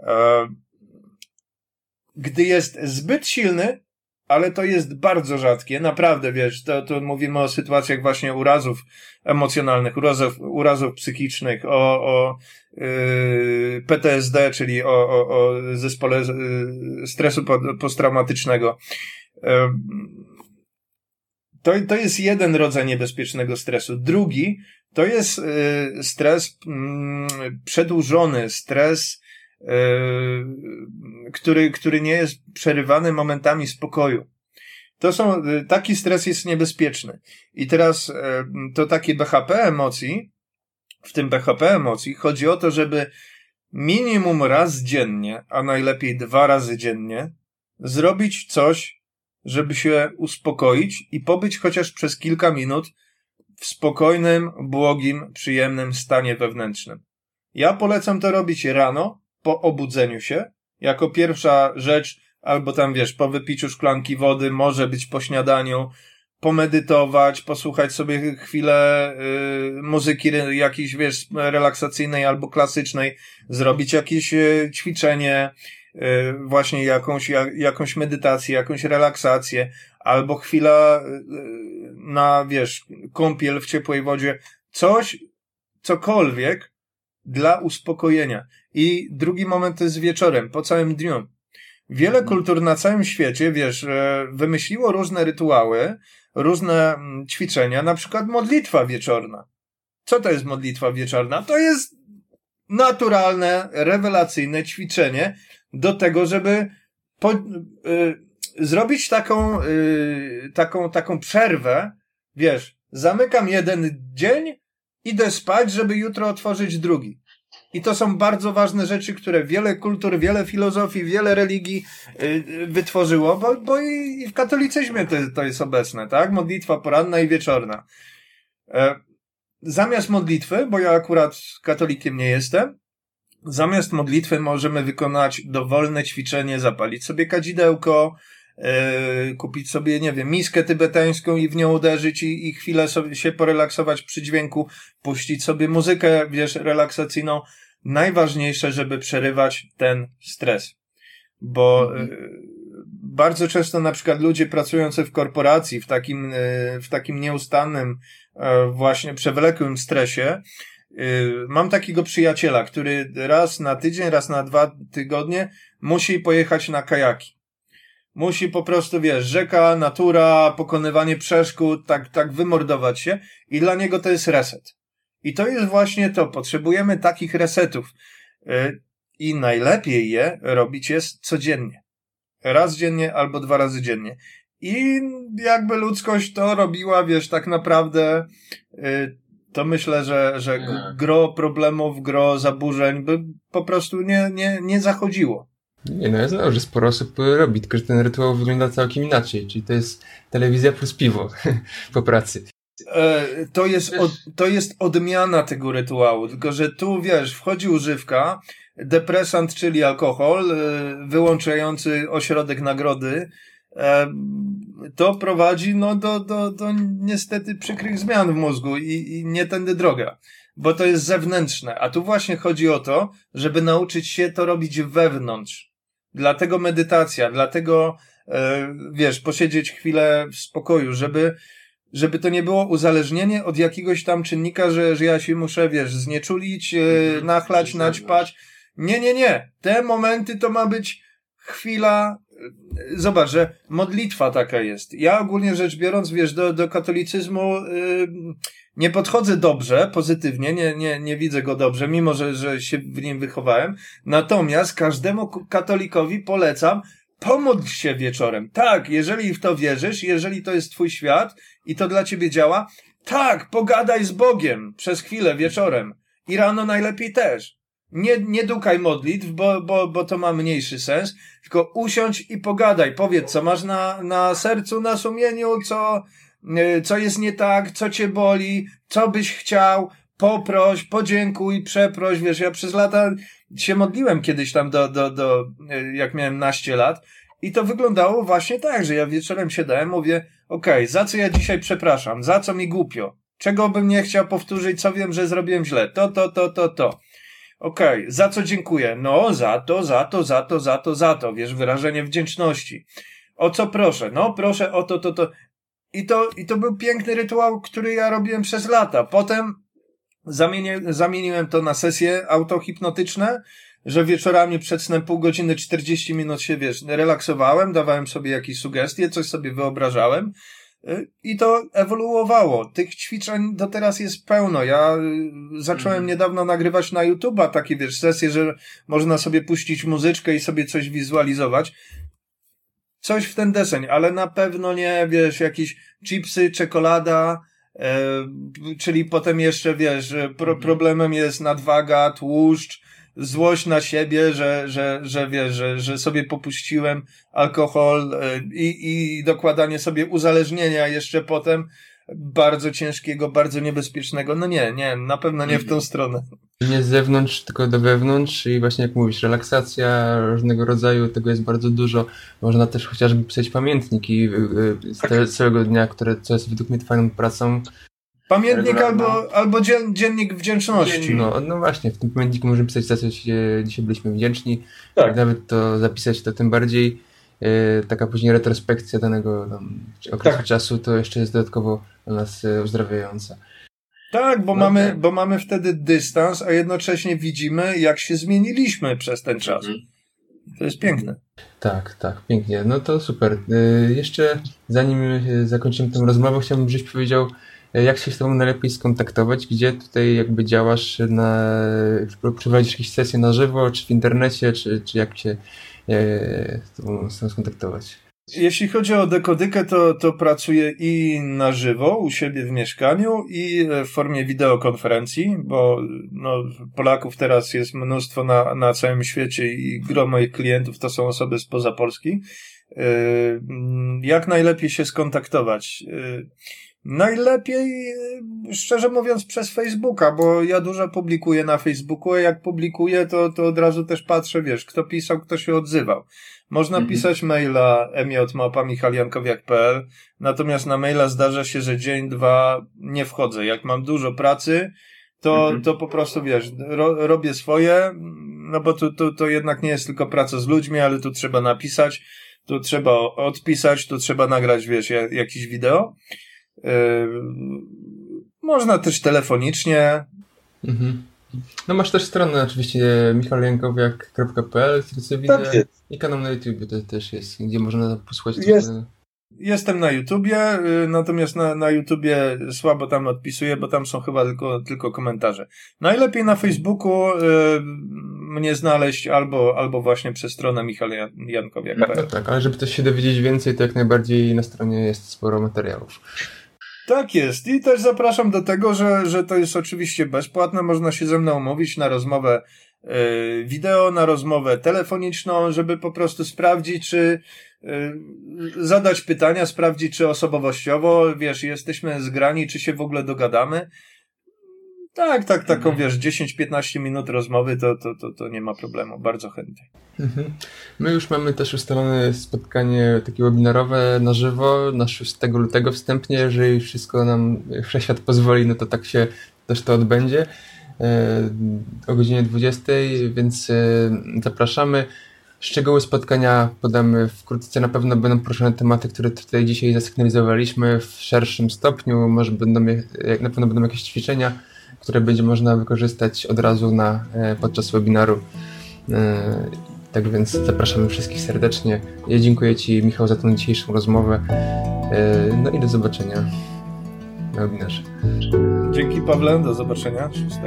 S1: Gdy jest zbyt silny, ale to jest bardzo rzadkie, naprawdę, wiesz, to mówimy o sytuacjach właśnie urazów emocjonalnych, urazów psychicznych, o PTSD, czyli o zespole stresu posttraumatycznego. To jest jeden rodzaj niebezpiecznego stresu. Drugi to jest stres przedłużony, stres który nie jest przerywany momentami spokoju. Taki stres jest niebezpieczny. I teraz to takie BHP emocji, w tym BHP emocji chodzi o to, żeby minimum raz dziennie, a najlepiej 2 razy dziennie, zrobić coś, żeby się uspokoić i pobyć chociaż przez kilka minut w spokojnym, błogim, przyjemnym stanie wewnętrznym. Ja polecam to robić rano, po obudzeniu się, jako pierwsza rzecz, albo tam wiesz, po wypiciu szklanki wody, może być po śniadaniu, pomedytować, posłuchać sobie chwilę muzyki jakiejś, wiesz, relaksacyjnej albo klasycznej, zrobić jakieś ćwiczenie, właśnie jakąś medytację, jakąś relaksację, albo chwila na, wiesz, kąpiel w ciepłej wodzie, cokolwiek dla uspokojenia. I drugi moment to jest wieczorem, po całym dniu. Wiele kultur na całym świecie, wiesz, wymyśliło różne rytuały, różne ćwiczenia, na przykład modlitwa wieczorna. Co to jest modlitwa wieczorna? To jest naturalne, rewelacyjne ćwiczenie do tego, żeby zrobić taką przerwę, wiesz, zamykam jeden dzień, idę spać, żeby jutro otworzyć drugi. I to są bardzo ważne rzeczy, które wiele kultur, wiele filozofii, wiele religii wytworzyło, bo i w katolicyzmie to jest obecne, tak? Modlitwa poranna i wieczorna. Zamiast modlitwy, bo ja akurat katolikiem nie jestem, zamiast modlitwy możemy wykonać dowolne ćwiczenie, zapalić sobie kadzidełko, kupić sobie, nie wiem, miskę tybetańską i w nią uderzyć i chwilę sobie się porelaksować przy dźwięku, puścić sobie muzykę, wiesz, relaksacyjną. Najważniejsze, żeby przerywać ten stres. Bo bardzo często na przykład ludzie pracujący w korporacji w takim nieustannym właśnie przewlekłym stresie, mam takiego przyjaciela, który raz na tydzień, raz na 2 tygodnie musi pojechać na kajaki. Musi po prostu, wiesz, rzeka, natura, pokonywanie przeszkód, tak wymordować się i dla niego to jest reset. I to jest właśnie to. Potrzebujemy takich resetów. I najlepiej je robić jest codziennie. Raz dziennie albo 2 razy dziennie. I jakby ludzkość to robiła, wiesz, tak naprawdę to myślę, że gro problemów, gro zaburzeń by po prostu nie zachodziło.
S4: Nie, no ja znam, że sporo osób robi, tylko że ten rytuał wygląda całkiem inaczej. Czyli to jest telewizja plus piwo po pracy.
S1: To jest odmiana tego rytuału, tylko że tu, wiesz, wchodzi używka, depresant, czyli alkohol, wyłączający ośrodek nagrody, to prowadzi do niestety przykrych zmian w mózgu i nie tędy droga, bo to jest zewnętrzne, a tu właśnie chodzi o to, żeby nauczyć się to robić wewnątrz. Dlatego medytacja, dlatego wiesz, posiedzieć chwilę w spokoju, żeby to nie było uzależnienie od jakiegoś tam czynnika, że ja się muszę, wiesz, znieczulić, nachlać, naćpać. Nie. Te momenty to ma być chwila. Zobacz, że modlitwa taka jest. Ja ogólnie rzecz biorąc, wiesz, do katolicyzmu nie podchodzę dobrze, pozytywnie, nie widzę go dobrze, mimo że się w nim wychowałem. Natomiast każdemu katolikowi polecam, pomódl się wieczorem. Tak, jeżeli w to wierzysz, jeżeli to jest twój świat i to dla ciebie działa, tak, pogadaj z Bogiem przez chwilę wieczorem. I rano najlepiej też. Nie dukaj modlitw, bo to ma mniejszy sens, tylko usiądź i pogadaj. Powiedz, co masz na sercu, na sumieniu, co jest nie tak, co cię boli, co byś chciał, poproś, podziękuj, przeproś. Wiesz, ja przez lata się modliłem kiedyś tam jak miałem naście lat i to wyglądało właśnie tak, że ja wieczorem siadałem, mówię, okej, za co ja dzisiaj przepraszam, za co mi głupio, czego bym nie chciał powtórzyć, co wiem, że zrobiłem źle, to. Okej, za co dziękuję? No, za to, wiesz, wyrażenie wdzięczności. O co proszę? No, proszę o to. I to był piękny rytuał, który ja robiłem przez lata. Potem zamieniłem to na sesje autohipnotyczne, że wieczorami przed snem pół godziny, 40 minut się, wiesz, relaksowałem, dawałem sobie jakieś sugestie, coś sobie wyobrażałem. I to ewoluowało. Tych ćwiczeń do teraz jest pełno. Ja zacząłem niedawno nagrywać na YouTube'a takie, wiesz, sesje, że można sobie puścić muzyczkę i sobie coś wizualizować. Coś w ten deseń, ale na pewno nie, wiesz, jakieś chipsy, czekolada, czyli potem jeszcze, wiesz, problemem jest nadwaga, tłuszcz, złość na siebie, że wiesz, że sobie popuściłem alkohol i dokładanie sobie uzależnienia jeszcze potem bardzo ciężkiego, bardzo niebezpiecznego. No nie, na pewno nie w tą stronę.
S4: Nie z zewnątrz, tylko do wewnątrz i właśnie jak mówisz, relaksacja różnego rodzaju, tego jest bardzo dużo. Można też chociażby pisać pamiętniki z całego dnia, co jest według mnie fajną pracą.
S1: Pamiętnik albo dziennik wdzięczności.
S4: No właśnie, w tym pamiętniku możemy pisać, za co dzisiaj byliśmy wdzięczni. Tak. Jak nawet to zapisać, to tym bardziej taka później retrospekcja danego okresu czasu, to jeszcze jest dodatkowo dla nas uzdrawiająca.
S1: Tak, bo mamy wtedy dystans, a jednocześnie widzimy, jak się zmieniliśmy przez ten czas. To jest piękne.
S4: Tak, pięknie. No to super. Jeszcze zanim zakończymy tę rozmowę, chciałbym, żebyś powiedział, jak się z tobą najlepiej skontaktować, gdzie tutaj jakby działasz, prowadzisz jakieś sesje na żywo, czy w internecie, czy jak się z tobą skontaktować?
S1: Jeśli chodzi o Dekodykę, to pracuję i na żywo u siebie w mieszkaniu i w formie wideokonferencji, bo Polaków teraz jest mnóstwo na całym świecie i gro moich klientów to są osoby spoza Polski. Jak najlepiej się skontaktować? Najlepiej, szczerze mówiąc, przez Facebooka, bo ja dużo publikuję na Facebooku, a jak publikuję, to od razu też patrzę, wiesz, kto pisał, kto się odzywał. Można pisać maila emi@michaliankowiak.pl, natomiast na maila zdarza się, że dzień, dwa nie wchodzę. Jak mam dużo pracy, to po prostu, wiesz, robię swoje, no bo to jednak nie jest tylko praca z ludźmi, ale tu trzeba napisać, tu trzeba odpisać, tu trzeba nagrać, wiesz, jakieś wideo. Można też telefonicznie.
S4: No masz też stronę oczywiście michaliankowiak.pl, co widzę, i kanał na YouTube to też jest, gdzie można posłuchać.
S1: Jestem na YouTubie, natomiast na YouTubie słabo tam odpisuję, bo tam są chyba tylko komentarze. Najlepiej na Facebooku mnie znaleźć albo właśnie przez stronę michaliankowiak.pl.
S4: No tak, ale żeby też się dowiedzieć więcej, to jak najbardziej na stronie jest sporo materiałów.
S1: Tak jest i też zapraszam do tego, że to jest oczywiście bezpłatne, można się ze mną umówić na rozmowę wideo, na rozmowę telefoniczną, żeby po prostu sprawdzić, czy zadać pytania, sprawdzić, czy osobowościowo, wiesz, jesteśmy zgrani, czy się w ogóle dogadamy. Taką, wiesz, 10-15 minut rozmowy, to nie ma problemu, bardzo chętnie.
S4: My już mamy też ustalone spotkanie takie webinarowe na żywo na 6 lutego wstępnie, jeżeli wszystko nam wszechświat pozwoli, no to tak się też to odbędzie o godzinie 20, więc zapraszamy. Szczegóły spotkania podamy wkrótce. Na pewno będą poruszone tematy, które tutaj dzisiaj zasygnalizowaliśmy w szerszym stopniu. Może na pewno będą jakieś ćwiczenia, które będzie można wykorzystać od razu podczas webinaru. Tak więc zapraszamy wszystkich serdecznie. Ja dziękuję Ci, Michał, za tę dzisiejszą rozmowę. No i do zobaczenia na webinarze.
S1: Dzięki, Pawle, do zobaczenia 6.